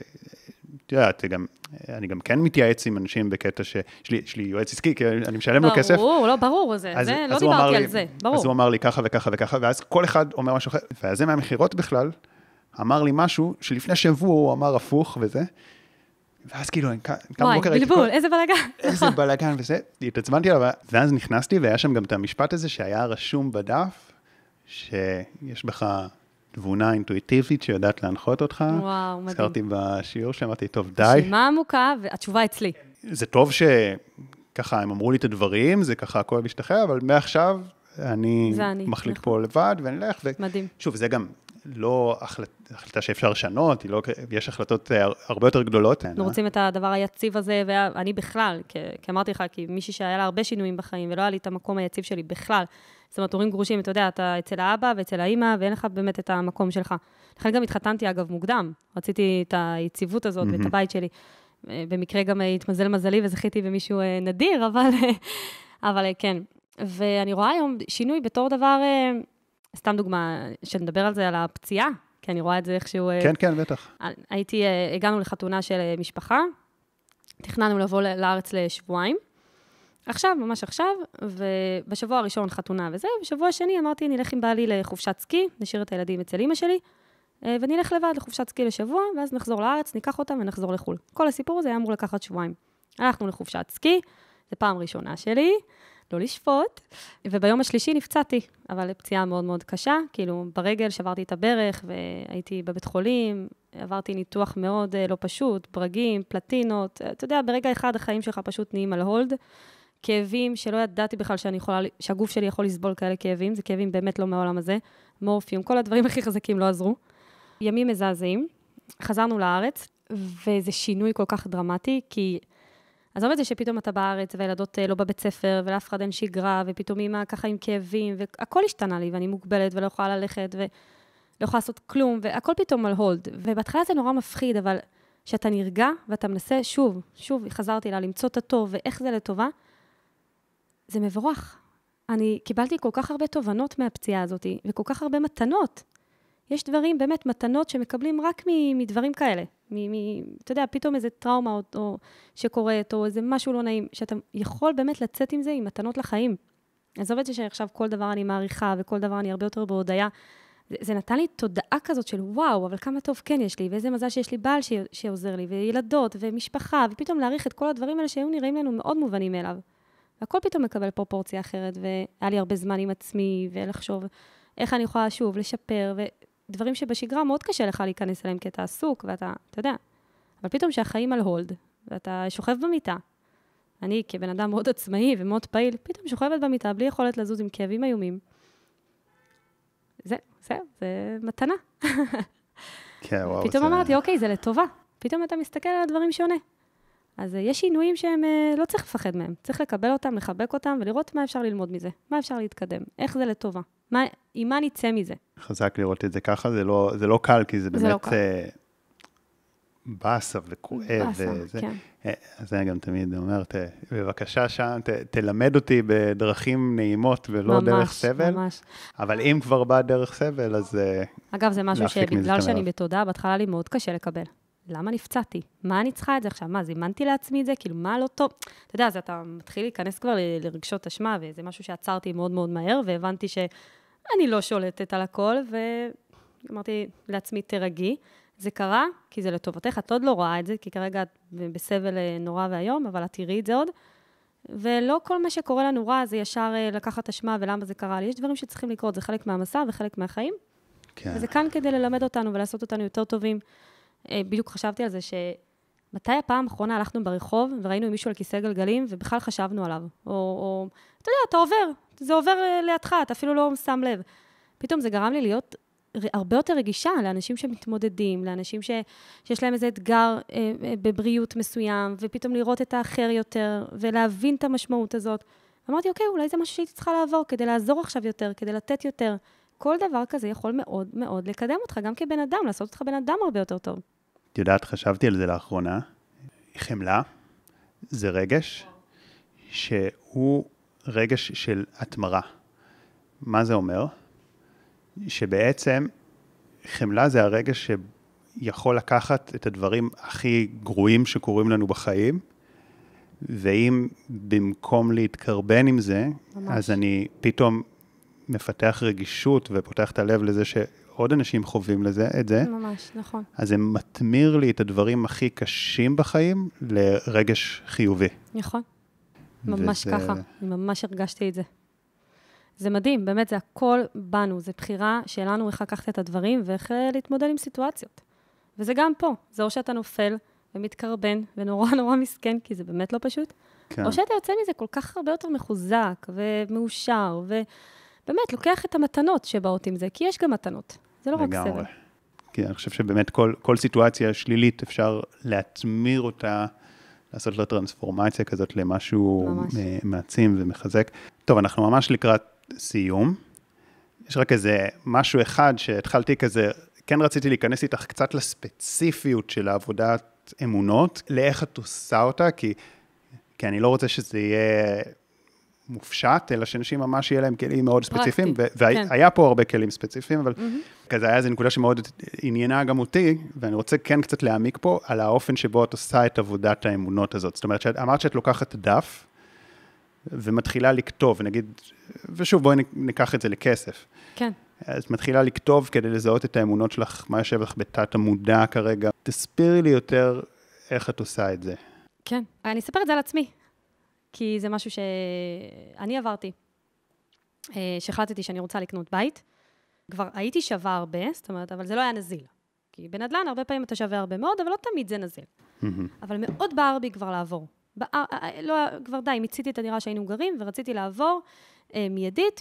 אני גם כן מתייעץ עם אנשים בקטע שיש לי יועץ עסקי, כי אני משלם לו כסף. ברור, לא ברור, זה לא דיברתי על זה, ברור. אז הוא אמר לי ככה וככה וככה, ואז כל אחד אומר משהו אחר, ואז זה מהמחירות בכלל, אמר לי משהו שלפני שבוע הוא אמר הפוך וזה, ואז כאילו, וואי, בלבול, איזה בלגן. איזה בלגן וזה, התעצבנתי עליו, ואז נכנסתי, והיה שם גם את המשפט הזה שהיה רשום בדף, שיש בך תבונה אינטואיטיבית שיודעת להנחות אותך. וואו, מדהים. הזכרתי בשיעור שאמרתי, טוב, די. רשימה עמוקה, והתשובה אצלי. זה טוב שככה הם אמרו לי את הדברים, זה ככה הכל משתחרר, אבל מעכשיו אני מחליט פה לבד, ואני אלך. מדהים. שוב, זה גם לא החלטה שאפשר לשנות, יש החלטות הרבה יותר גדולות. אנחנו רוצים את הדבר היציב הזה, ואני בכלל, כי אמרתי לך, כי מישהי שהיה לה הרבה שינויים בחיים, ולא היה לי את המקום היציב שלי בכלל. זאת אומרת, הורים גרושים, אתה יודע, אתה אצל האבא ואצל האמא, ואין לך באמת את המקום שלך. לכן גם התחתנתי, אגב, מוקדם. רציתי את היציבות הזאת ואת הבית שלי. במקרה גם התמזל מזלי וזכיתי במישהו נדיר, אבל כן. ואני רואה היום שינוי בתור דבר, סתם דוגמה, שנדבר על זה, על הפציעה, כי אני רואה את זה איכשהו... כן, בטח. הגענו לחתונה של משפחה, תכננו לבוא לארץ לשבועיים, עכשיו, ממש עכשיו, ובשבוע הראשון חתונה וזה, בשבוע השני אמרתי, נלך עם בעלי לחופשת סקי, נשאיר את הילדים אצל אמא שלי, ונלך לבד לחופשת סקי לשבוע, ואז נחזור לארץ, ניקח אותם ונחזור לחול. כל הסיפור הזה היה אמור לקחת שבועיים. הלכנו לחופשת סקי, זו פעם ראשונה שלי, לא לשפוט, וביום השלישי נפצעתי, אבל פציעה מאוד מאוד קשה, כאילו ברגל שברתי את הברך, והייתי בבית חולים, עברתי ניתוח מאוד לא פשוט, ברגים, פלטינות, אתה יודע, ברגע אחד החיים שלך פשוט נהיים על הולד, כאבים שלא ידעתי בכלל שהגוף שלי יכול לסבול כאלה כאבים, זה כאבים באמת לא מהעולם הזה, מורפיום, כל הדברים הכי חזקים לא עזרו. ימים מזעזעים, חזרנו לארץ, וזה שינוי כל כך דרמטי, כי עזוב את זה שפתאום אתה בארץ, והילדות לא בבית ספר, ולאף אחד אין שגרה, ופתאום אמא ככה עם כאבים, והכל השתנה לי, ואני מוגבלת ולא יכולה ללכת, ולא יכולה לעשות כלום, והכל פתאום על הולד. ובהתחלה זה נורא מפחיד, אבל שאתה נרגע, ואתה מנסה שוב חזרתי לה, למצוא את הטוב, ואיך זה לטובה, זה מבורך. אני קיבלתי כל כך הרבה תובנות מהפציעה הזאת, וכל כך הרבה מתנות. יש דברים, באמת, מתנות שמקבלים רק מדברים כאלה. אתה יודע, פתאום איזה טראומה או שקורית, או איזה משהו לא נעים, שאתה יכול באמת לצאת עם זה, עם מתנות לחיים. עזוב את זה שעכשיו כל דבר אני מעריכה, וכל דבר אני הרבה יותר בהודעה. זה נתן לי תודעה כזאת של וואו, אבל כמה טוב כן יש לי, ואיזה מזל שיש לי בעל שעוזר לי, וילדות, ומשפחה, ופתאום להעריך את כל הדברים האלה שהיו נראים לנו מאוד מובנים מאליו. והכל פתאום מקבל פרופורציה אחרת, והיה לי הרבה זמן עם עצמי, ולחשוב איך אני יכולה שוב לשפר, ודברים שבשגרה מאוד קשה לך להיכנס אליהם, כי אתה עסוק, ואתה יודע. אבל פתאום שהחיים על הולד, ואתה שוכב במיטה, אני כבן אדם מאוד עצמאי ומאוד פעיל, פתאום שוכבת במיטה, בלי יכולת לזוז עם כאבים איומים. זה מתנה. כן, וואו. פתאום אמרתי, אוקיי, זה לטובה. פתאום אתה מסתכל על הדברים שונה. אז יש שינויים שהם לא צריך לפחד מהם. צריך לקבל אותם, לחבק אותם, ולראות מה אפשר ללמוד מזה. מה אפשר להתקדם. איך זה לטובה. עם מה נצא מזה. חזק לראות את זה ככה, זה לא קל, כי זה באמת... באסה וכואב. באסה, כן. אז אני גם תמיד אומרת, בבקשה שם, תלמד אותי בדרכים נעימות ולא דרך סבל. ממש. אבל אם כבר בא דרך סבל, אז אגב, זה משהו להפיק מזה שבגלל את שאני המרב. בתודעה, בהתחלה לי מאוד קשה לקבל. למה נפצעתי? מה אני צריכה את זה עכשיו? מה, זימנתי לעצמי את זה? כאילו, מה לא טוב? אתה יודע, אז אתה מתחיל להיכנס כבר לרגשות אשמה, וזה משהו שעצרתי מאוד מאוד מהר, והבנתי שאני לא שולטת על הכל, ואמרתי לעצמי, תרגי. זה קרה, כי זה לטובתך, את עוד לא רואה את זה, כי כרגע את בסבל נורא והיום, אבל את תראי את זה עוד. ולא כל מה שקורה לנו רע, זה ישר לקחת אשמה ולמה זה קרה לי. יש דברים שצריכים לקרות, זה חלק מהמסע וחלק מהחיים. כן. וזה כאן כדי ללמד אותנו ולעשות אותנו יותר טובים. בדיוק חשבתי על זה מתי הפעם האחרונה הלכנו ברחוב וראינו מישהו על כיסא גלגלים ובכלל חשבנו עליו. או אתה יודע, אתה עובר, זה עובר לידך, אתה אפילו לא שם לב. פתאום זה גרם לי להיות הרבה יותר רגישה לאנשים שמתמודדים, לאנשים שיש להם איזה אתגר בבריאות מסוים, ופתאום לראות את האחר יותר, ולהבין את המשמעות הזאת. אמרתי, אוקיי, אולי זה משהו שהייתי צריכה לעבור, כדי לעזור עכשיו יותר, כדי לתת יותר. כל דבר כזה יכול מאוד מאוד לקדם אותך, גם כבן אדם, לעשות אותך בן אדם הרבה יותר טוב. את יודעת, חשבתי על זה לאחרונה. חמלה זה רגש שהוא רגש של התמרה. מה זה אומר? שבעצם חמלה זה הרגש שיכול לקחת את הדברים הכי גרועים שקורים לנו בחיים, ואם במקום להתקרבן עם זה, ממש. אז אני פתאום מפתח רגישות ופותח את הלב לזה שעוד אנשים חווים את זה. ממש, נכון. אז זה מתמיר לי את הדברים הכי קשים בחיים לרגש חיובי. נכון. ממש ככה. אני ממש הרגשתי את זה. זה מדהים, באמת, זה הכל בנו, זה בחירה שלנו איך לקחת את הדברים ואיך להתמודד עם סיטואציות. וזה גם פה, זה או שאתה נופל ומתקרבן ונורא נורא מסכן, כי זה באמת לא פשוט, כן. או שאתה יוצא מזה כל כך הרבה יותר מחוזק ומאושר, ובאמת לוקח את המתנות שבאות עם זה, כי יש גם מתנות, זה לא רק סבל. כי אני חושב שבאמת כל סיטואציה שלילית אפשר להתמיר אותה, לעשות לה טרנספורמציה כזאת למשהו מעצים ומחזק. טוב, אנחנו ממש לקראת סיום. יש רק איזה משהו אחד שהתחלתי כזה, כן רציתי להיכנס איתך קצת לספציפיות של העבודת אמונות, לאיך את עושה אותה, כי אני לא רוצה שזה יהיה מופשט, אלא שאנשים ממש יהיה להם כלים מאוד ספציפיים, והיה פה הרבה כלים ספציפיים, אבל כזה היה איזו נקודה שמאוד עניינה גם אותי, ואני רוצה כן קצת להעמיק פה על האופן שבו את עושה את עבודת האמונות הזאת. זאת אומרת, אמרת שאת לוקחת דף, ומתחילה לכתוב, נגיד, ושוב, בואי ניקח את זה לכסף. כן. אז מתחילה לכתוב כדי לזהות את האמונות שלך, מה יושב לך בתת המודע כרגע. תסבירי לי יותר איך את עושה את זה. כן, אני אספר את זה על עצמי, כי זה משהו שאני עברתי. שהחלטתי שאני רוצה לקנות בית. כבר הייתי שווה הרבה, זאת אומרת, אבל זה לא היה נזיל. כי בנדל"ן הרבה פעמים אתה שווה הרבה מאוד, אבל לא תמיד זה נזיל. אבל מאוד בער בי כבר לעבור. כבר די, מיציתי את הדירה שהיינו גרים, ורציתי לעבור מיידית,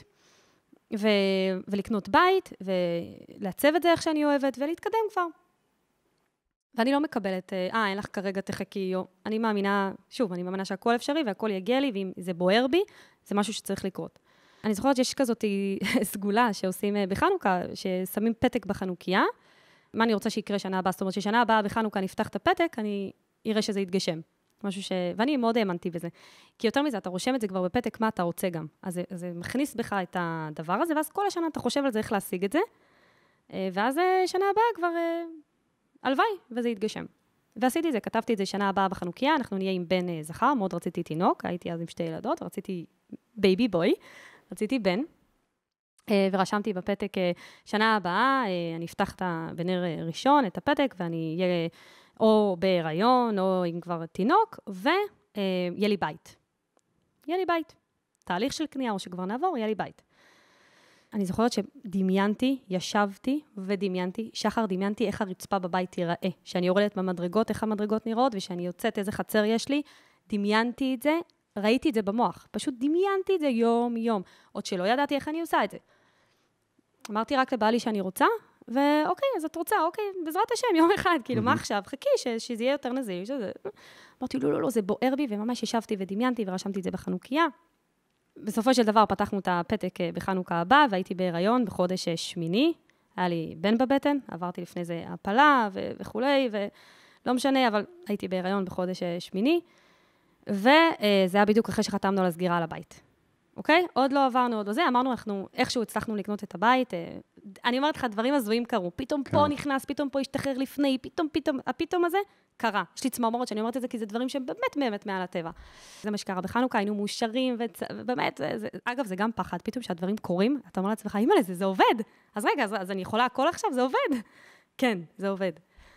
ולקנות בית, ולעצב את זה איך שאני אוהבת, ולהתקדם כבר. ואני לא מקבלת, אין לך כרגע תחכי, אני מאמינה, שוב, אני מאמינה שהכל אפשרי, והכל יגיע לי, ואם זה בוער בי, זה משהו שצריך לקרות. אני זוכרת שיש כזאת סגולה שעושים בחנוכה, ששמים פתק בחנוכיה, מה אני רוצה שיקרה שנה הבאה, זאת אומרת ששנה הבאה בחנוכה נפתח את הפתק, אני אראה שזה יתגשם. ואני מאוד האמנתי בזה. כי יותר מזה, אתה רושם את זה כבר בפתק, מה אתה רוצה גם. אז זה מכניס בך את הדבר הזה, ואז כל השנה אתה חושב על זה איך להשיג את זה, ואז שנה הבאה כבר הלוואי, וזה יתגשם. ועשיתי את זה, כתבתי את זה שנה הבאה בחנוכיה, אנחנו נהיה עם בן זכר, מאוד רציתי תינוק, הייתי אז עם 2 ילדות, רציתי בייבי בוי, רציתי בן, ורשמתי בפתק שנה הבאה, אני אפתח בנר ראשון את הפתק, ואני אהיה או בהיריון, או עם כבר תינוק, ויהיה לי בית. יהיה לי בית. תהליך של קנייה, או שכבר נעבור, יהיה לי בית. אני זוכרת שדמיינתי, ישבתי ודמיינתי, שחר דמיינתי איך הרצפה בבית תיראה, שאני יורדת במדרגות, איך המדרגות נראות, ושאני יוצאת איזה חצר יש לי, דמיינתי את זה, ראיתי את זה במוח, פשוט דמיינתי את זה יום-יום, עוד שלא ידעתי איך אני עושה את זה. אמרתי רק לבעלי שאני רוצה, ואוקיי, אז את רוצה, אוקיי, בעזרת השם, יום אחד, כאילו, מה עכשיו? חכי, שזה יהיה יותר נזיל, שזה... אמרתי, לא, זה בוער בי, וממש ישבתי ודמיינתי, ורשמתי את זה בחנוכיה. בסופו של דבר פתחנו את הפתק בחנוכה הבא, והייתי בהיריון בחודש 8, היה לי בן בבטן, עברתי לפני זה הפלה וכולי, לא משנה, אבל הייתי בהיריון בחודש שמיני, וזה היה בדיוק אחרי שחתמנו על הסגירה על הבית. אוקיי? עוד לא עברנו, עוד לא זה, אמרנו, אנחנו איכשהו הצלחנו לקנות את הבית, אני אומרת לך, דברים הזויים קרו, פתאום פה נכנס, פתאום פה השתחרר לפני, הפתאום הזה קרה. יש לי צמרמורת שאני אומרת את זה, כי זה דברים שהם באמת מעל הטבע. זה מה שקרה בחנוכה, היינו מאושרים, ובאמת, אגב, זה גם פחד, פתאום שהדברים קורים, אתה אומר לעצמך, אימא לזה, זה עובד. אז רגע, אז אני יכולה הכל עכשיו, זה עובד. כן, זה עובד.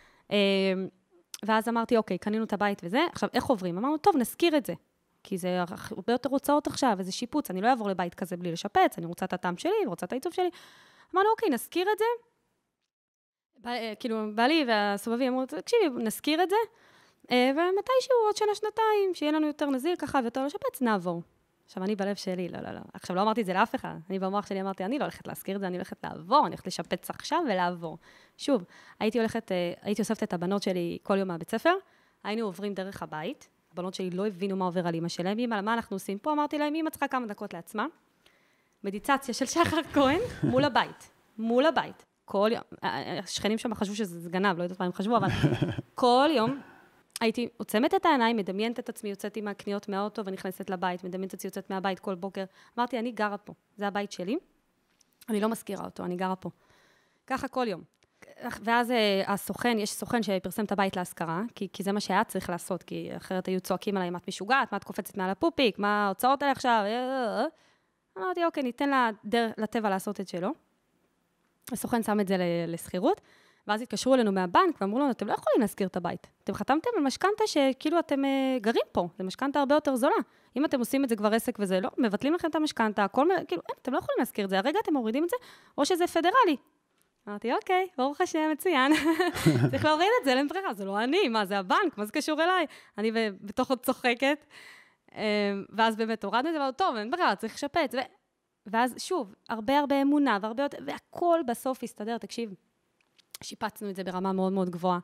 ואז אמרתי, אוקיי, קנינו את הבית וזה, עכשיו, איך עוברים? אמרנו, טוב, נזכיר את זה. כי זה הרבה יותר הוצאות עכשיו, איזה שיפוץ, אני לא אעבור לבית כזה בלי לשפץ, אני רוצה את הטעם שלי, רוצה את העיצוב שלי. אמרנו, אוקיי, נזכיר את זה. כאילו, בעלי והסובבים אמרו, תקשיבי, נזכיר את זה, ומתישהו עוד שנה-שנתיים, שיהיה לנו יותר נזיל ככה ויותר לשפץ, נעבור. עכשיו, אני בלב שלי, לא. עכשיו, לא אמרתי את זה לאף אחד. אני במוח שלי אמרתי, אני לא הולכת להזכיר את זה, אני הולכת לעבור, אני הולכת לשפץ עכשיו ולעבור. שוב, הייתי אוספת את הבנות שלי כל יום מהבית ספר, היינו עוברים דרך הבית, הבנות שלי לא הבינו מה עובר על אמא שלהם, אמא, מה אנחנו עושים פה? אמרתי להם, אמא צריכה כמה דקות לעצמה. מדיטציה של שחר כהן מול הבית. כל יום, השכנים שם חשבו שזה גנב, לא יודעת מה הם חשבו, אבל כל יום הייתי עוצמת את העיניים, מדמיינת את עצמי, יוצאתי מהקניות מהאוטו ונכנסת לבית, מדמיינת את עצמי יוצאת מהבית כל בוקר. אמרתי, אני גרה פה, זה הבית שלי, אני לא מזכירה אותו, אני גרה פה. ככה כל יום. ואז יש סוכן שפרסם את הבית להשכרה, כי זה מה שהיה צריך לעשות, כי אחרת היו צועקים עליי, מה את משוגעת, מה את קופצת מעל הפופיק, מה ההוצאות האלה עכשיו, אמרתי, אוקיי, ניתן לטבע לעשות את שלו. הסוכן שם את זה לסחירות, ואז התקשרו אלינו מהבנק, ואמרו לנו, אתם לא יכולים להשכיר את הבית. אתם חתמתם על משכנתה שכאילו אתם גרים פה, זה משכנתה הרבה יותר זולה. אם אתם עושים את זה כבר עסק וזה, לא, מבטלים לכם את המשכנתה, כאילו, אתם לא יכולים להשכיר את זה, הרגע אתם מורידים את זה, או שזה פדרלי. אמרתי, אוקיי, ברוך השם, מצוין. צריך להוריד את זה, אין ברירה, זה לא אני, מה, זה הבנק, מה זה קשור אליי? אני בתוך עוד צוחקת, ואז באמת הורדנו את זה, אבל טוב, אין ברירה, צריך לשפץ. ואז שוב, הרבה אמונה, והכל בסוף הסתדר, תקשיב, שיפצנו את זה ברמה מאוד מאוד גבוהה.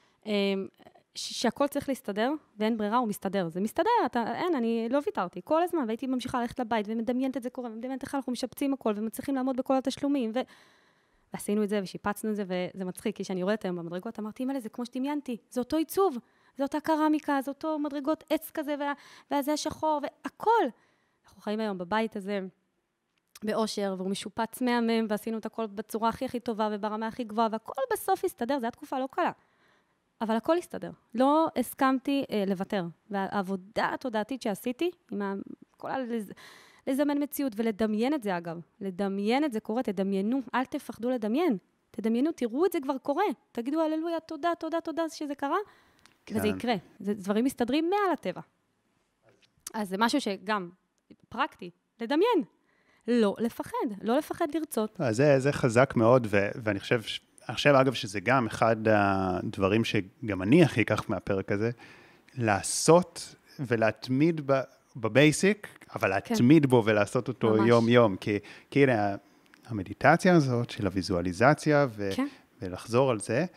שהכל צריך להסתדר, ואין ברירה, הוא מסתדר. זה מסתדר, אני לא ויתרתי כל הזמן, והייתי ממשיכה ללכת לבית, ומדמיינת את זה קורה, ומדמיינת איך אנחנו משפצים הכל, ומצליחים לעמוד בכל התשלומים, ועשינו את זה, ושיפצנו את זה, וזה מצחיק, כי כשאני רואה את היום במדרגות, אמרתי, אמא, זה כמו שדמיינתי, זה אותו עיצוב, זה אותה קרמיקה, זה אותו מדרגות עץ כזה, וזה השחור, והכל. אנחנו חיים היום בבית הזה, באושר, והוא משופץ מהמם, ועשינו את הכל בצורה הכי טובה, וברמה הכי גבוהה, והכל בסוף הסתדר, זו הייתה תקופה לא קלה. אבל הכל הסתדר. לא הסכמתי לוותר. והעבודה התודעתית שעשיתי, עם כל לזמן מציאות, ולדמיין את זה אגב. לדמיין את זה קורה, תדמיינו, אל תפחדו לדמיין. תדמיינו, תראו את זה כבר קורה. תגידו, הללויה, תודה שזה קרה, וזה יקרה. זה דברים מסתדרים מעל הטבע. אז זה משהו שגם פרקטי, לדמיין. לא לפחד לרצות. זה חזק מאוד, ואני חושב, אגב, שזה גם אחד הדברים שגם אני הכי אקח מהפרק הזה, לעשות ולהתמיד בבייסיק, אבל להתמיד בו ולעשות אותו יום-יום, כי הנה, המדיטציה הזאת של הוויזואליזציה, ולחזור על זה,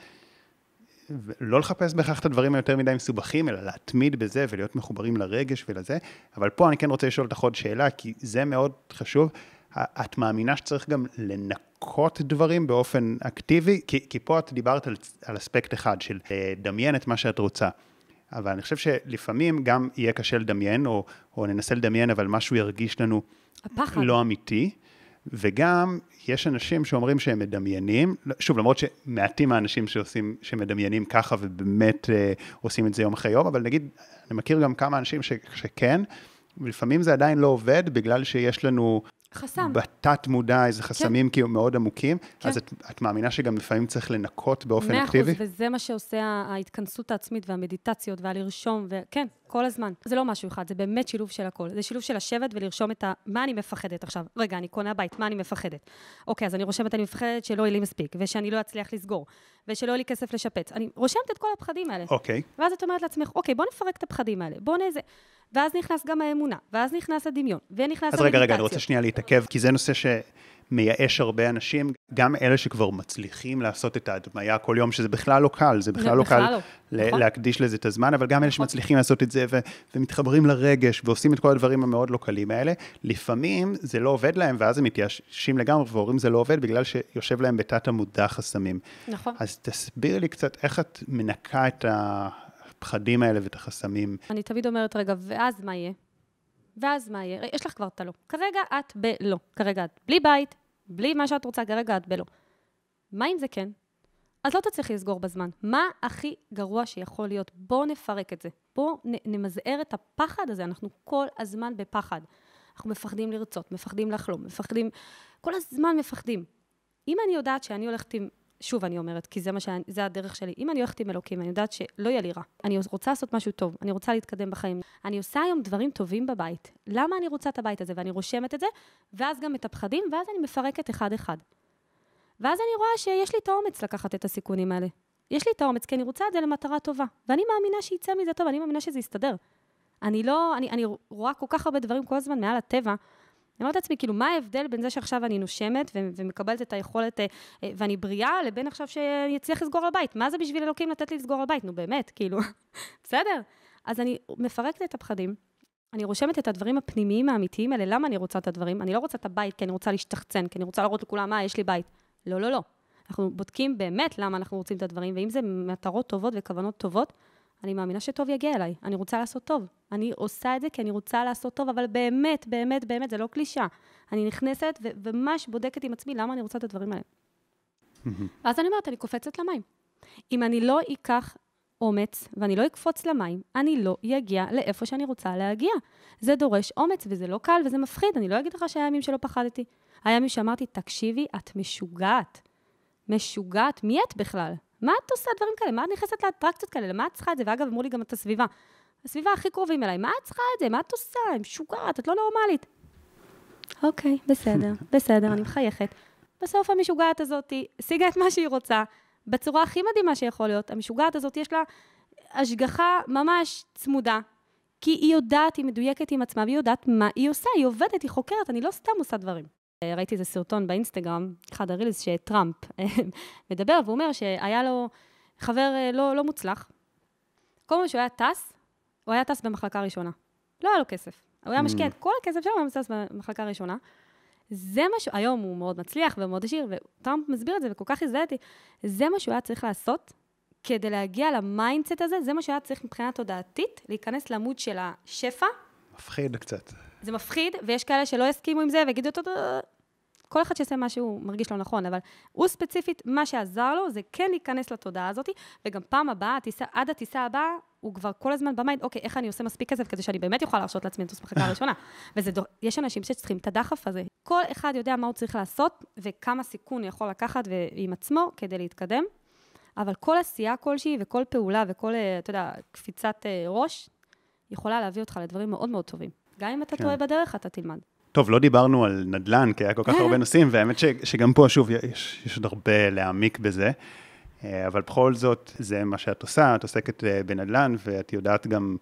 ולא לחפש בכך את הדברים היותר מדי מסובכים, אלא להתמיד בזה ולהיות מחוברים לרגש ולזה, אבל פה אני כן רוצה לשאול אותך עוד שאלה, כי זה מאוד חשוב, את מאמינה שצריך גם לנקות דברים באופן אקטיבי? כי פה את דיברת על אספקט אחד של דמיין את מה שאת רוצה, אבל אני חושב שלפעמים גם יהיה קשה לדמיין, או ננסה לדמיין, אבל משהו ירגיש לנו לא אמיתי, וגם יש אנשים שאומרים שהם מדמיינים, שוב, למרות שמעטים האנשים שמדמיינים ככה, ובאמת עושים את זה יום אחרי יום, אבל נגיד, אני מכיר גם כמה אנשים שכן, ולפעמים זה עדיין לא עובד, בגלל שיש לנו חסם. בתת מודע איזה חסמים כאילו מאוד עמוקים, אז את מאמינה שגם לפעמים צריך לנקות באופן אקטיבי? 100%, וזה מה שעושה ההתכנסות העצמית והמדיטציות והלרשום, וכן, כל הזמן. זה לא משהו אחד, זה באמת שילוב של הכל. זה שילוב של לשבת ולרשום את מה אני מפחדת עכשיו. רגע, אני קונה בית, מה אני מפחדת? אוקיי, אז אני רושמת, אני מפחדת שלא יהיה לי מספיק, ושאני לא אצליח לסגור, ושלא יהיה לי כסף לשפץ. אני רושמת את כל הפחדים האלה. אוקיי. ואז את אומרת לעצמך, אוקיי, בוא נפרק את הפחדים האלה. ואז נכנס גם האמונה, ואז נכנס הדמיון, ונכנס המדיטציה. אז רגע, אני רוצה שנייה להתעכב, כי זה נושא מייאש הרבה אנשים, גם אלה שכבר מצליחים לעשות את ההדמיה כל יום, שזה בכלל לא קל, זה בכלל לא קל להקדיש לזה את הזמן, אבל גם אלה שמצליחים לעשות את זה ומתחברים לרגש ועושים את כל הדברים המאוד לא קלים האלה, לפעמים זה לא עובד להם, ואז הם מתייאשים לגמרי ואומרים זה לא עובד, בגלל שיושב להם בתת המודע חסמים. נכון. אז תסביר לי קצת איך את מנקה את הפחדים האלה ואת החסמים. אני תמיד אומרת, רגע, ואז מה יהיה? ואז מה יהיה? יש לך כבר את הלא. כרגע את בלא. כרגע את בלי בית, בלי מה שאת רוצה, כרגע את בלא. מה אם זה כן? אז לא תצליח לסגור בזמן. מה הכי גרוע שיכול להיות? בואו נפרק את זה. בואו נמזער את הפחד הזה. אנחנו כל הזמן בפחד. אנחנו מפחדים לרצות, מפחדים לחלום, מפחדים, כל הזמן מפחדים. אם אני יודעת שאני הולכת עם, שוב אני אומרת, כי זה הדרך שלי, אם אני הולכת עם אלוקים, אני יודעת שלא יהיה לי רע. אני רוצה לעשות משהו טוב, אני רוצה להתקדם בחיים. אני עושה היום דברים טובים בבית. למה אני רוצה את הבית הזה? ואני רושמת את זה, ואז גם את הפחדים, ואז אני מפרקת אחד-אחד. ואז אני רואה שיש לי את האומץ לקחת את הסיכונים האלה. יש לי את האומץ, כי אני רוצה את זה למטרה טובה. ואני מאמינה שיצא מזה טוב, אני מאמינה שזה יסתדר. אני רואה כל כך הרבה דברים כל הזמן מעל הטבע. אני אומרת לעצמי, כאילו, מה ההבדל בין זה שעכשיו אני נושמת ומקבלת את היכולת ואני בריאה, לבין עכשיו שאני אצליח לסגור על בית? מה זה בשביל אלוקים לתת לי לסגור על בית? נו, באמת, כאילו, בסדר. אז אני מפרקת את הפחדים, אני רושמת את הדברים הפנימיים האמיתיים האלה, למה אני רוצה את הדברים? אני לא רוצה את הבית כי אני רוצה להשתחצן, כי אני רוצה להראות לכולם, מה, יש לי בית. לא, לא, לא. אנחנו בודקים באמת למה אנחנו רוצים את הדברים, ואם זה מטרות טובות וכוונות טובות, אני מאמינה שטוב יגיע אליי. אני רוצה לעשות טוב. אני עושה את זה כי אני רוצה לעשות טוב, אבל באמת, באמת, באמת, זה לא קלישה. אני נכנסת וממש בודקת עם עצמי למה אני רוצה את הדברים האלה. ואז אני אומרת, אני קופצת למים. אם אני לא אקח אומץ ואני לא אקפוץ למים, אני לא אגיע לאיפה שאני רוצה להגיע. זה דורש אומץ וזה לא קל וזה מפחיד. אני לא אגיד לך שהיה ימים שלא פחדתי. היה ימים שאמרתי, תקשיבי, את משוגעת. משוגעת. מי את בכלל? מה את עושה דברים כאלה? מה את נכנסת לאטרקציות כאלה? למה את צריכה את זה? ואגב, אמרו לי גם את הסביבה. הסביבה הכי קרובים אליי. מה את צריכה את זה? מה את עושה? היא משוגעת, את לא נורמלית. אוקיי, בסדר, בסדר, אני מחייכת. בסוף המשוגעת הזאת השיגה את מה שהיא רוצה, בצורה הכי מדהימה שיכול להיות. המשוגעת הזאת יש לה השגחה ממש צמודה, כי היא יודעת, היא מדויקת עם עצמה, והיא יודעת מה היא עושה, היא עובדת, היא חוקרת, אני לא סתם עושה דברים. ראיתי איזה סרטון באינסטגרם, אחד הרילס שטראמפ מדבר, והוא אומר שהיה לו חבר לא מוצלח. כל פעם שהוא היה טס, הוא היה טס במחלקה ראשונה. לא היה לו כסף. הוא היה משקיע את כל הכסף שלו, הוא היה טס במחלקה ראשונה. זה מה היום הוא מאוד מצליח ומאוד עשיר, וטראמפ מסביר את זה, וכל כך הזדהיתי. זה מה שהוא היה צריך לעשות, כדי להגיע למיינדסט הזה, זה מה שהוא היה צריך מבחינה תודעתית, להיכנס לעמוד של השפע. מפחיד קצת. זה מפחיד, ויש כאלה שלא יסכימו עם זה, ויגידו אותו, כל אחד שעושה מה שהוא מרגיש לא נכון, אבל הוא ספציפית, מה שעזר לו, זה כן להיכנס לתודעה הזאת, וגם פעם הבאה, עד הטיסה הבאה, הוא כבר כל הזמן במיינד, אוקיי, איך אני עושה מספיק כסף, כדי שאני באמת יוכל להרשות לעצמי לטוס מחלקה הראשונה. יש אנשים שצריכים את הדחף הזה. כל אחד יודע מה הוא צריך לעשות, וכמה סיכון הוא יכול לקחת עם עצמו, כדי להתקדם. אבל כל עשייה כלשהי, וכל פעולה, וכל, אתה יודע, קפיצת ראש, יכולה להביא אותך לדברים מאוד מאוד טובים. גם אם אתה טועה בדרך, אתה תלמד. טוב, לא דיברנו על נדל"ן, כי היה כל כך הרבה נושאים, והאמת שגם פה, שוב, יש עוד הרבה להעמיק בזה, אבל בכל זאת, זה מה שאת עושה, את עוסקת בנדל"ן, ואת יודעת גם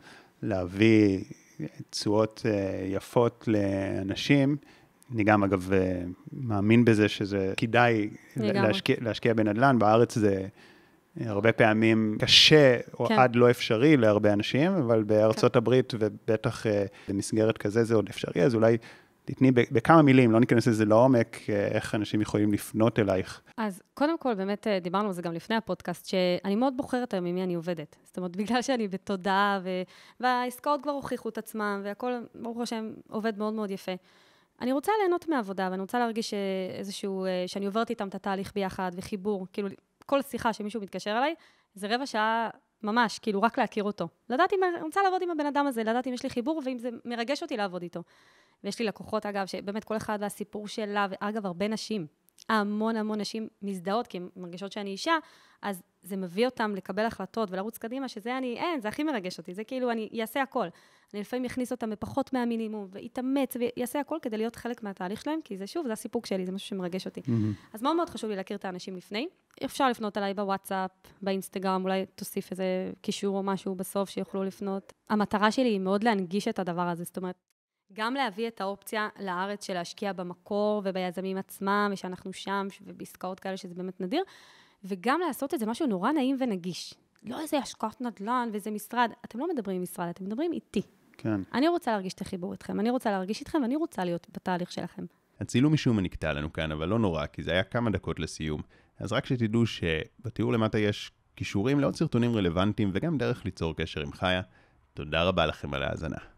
להביא תשואות יפות לאנשים. אני גם, אגב, מאמין בזה שזה כדאי להשקיע בנדל"ן. בארץ זה הרבה פעמים קשה או עד לא אפשרי להרבה אנשים, אבל בארצות הברית ובטח במסגרת כזה זה עוד אפשרי, אז אולי תתני בכמה מילים, לא ניכנס לזה לעומק, איך אנשים יכולים לפנות אלייך. אז קודם כל, באמת דיברנו על זה גם לפני הפודקאסט, שאני מאוד בוחרת היום עם מי אני עובדת. זאת אומרת, בגלל שאני בתודעה, והעסקאות כבר הוכיחו את עצמם, והכל, ברוך השם, עובד מאוד מאוד יפה. אני רוצה ליהנות מהעבודה, ואני רוצה להרגיש איזשהו, שאני עוברת איתם את התהליך ביחד, וחיבור, כאילו, כל שיחה שמישהו מתקשר אליי, זה רבע שעה ממש, כאילו, רק להכיר אותו. לדעת אם אני רוצה לעבוד עם הבן אדם הזה, לדעת אם יש לי חיבור, ואם זה מרגש אותי לעבוד איתו. ויש לי לקוחות, אגב, שבאמת כל אחד והסיפור שלה, ואגב, הרבה נשים, המון נשים מזדהות, כי הן מרגישות שאני אישה, אז זה מביא אותם לקבל החלטות ולרוץ קדימה, שזה זה הכי מרגש אותי, זה כאילו, אני אעשה הכל. אני לפעמים אכניס אותם בפחות מהמינימום, ויתאמץ, ויעשה הכל כדי להיות חלק מהתהליך שלהם, כי זה שוב, זה הסיפוק שלי, זה משהו שמרגש אותי. אז מאוד מאוד חשוב לי להכיר את האנשים לפני. אפשר לפנות עליי בוואטסאפ, באינסטגרם, אולי תוסיף איזה קישור או משהו בסוף שיוכלו לפנות. המטרה שלי היא מאוד להנגיש את הדבר הזה, זאת אומרת, גם להביא את האופציה לארץ של להשקיע במקור וביזמים עצמם, ושאנחנו שם, ובעסקאות כאלה שזה באמת נדיר, וגם לעשות את זה משהו נורא נעים ונגיש. לא איזה השקעת נדל"ן ואיזה משרד. אתם לא מדברים עם משרד, אתם מדברים איתי. כן. אני רוצה להרגיש את החיבור איתכם, אני רוצה להרגיש איתכם, ואני רוצה להיות בתהליך שלכם. הצילום משום נקטע לנו כאן, אבל לא נורא, כי זה היה כמה דקות לסיום. אז רק שתדעו שבתיאור למטה יש קישורים לעוד סרטונים רלוונטיים, וגם דרך ליצור קשר עם חיה. תודה רבה לכם על ההאזנה.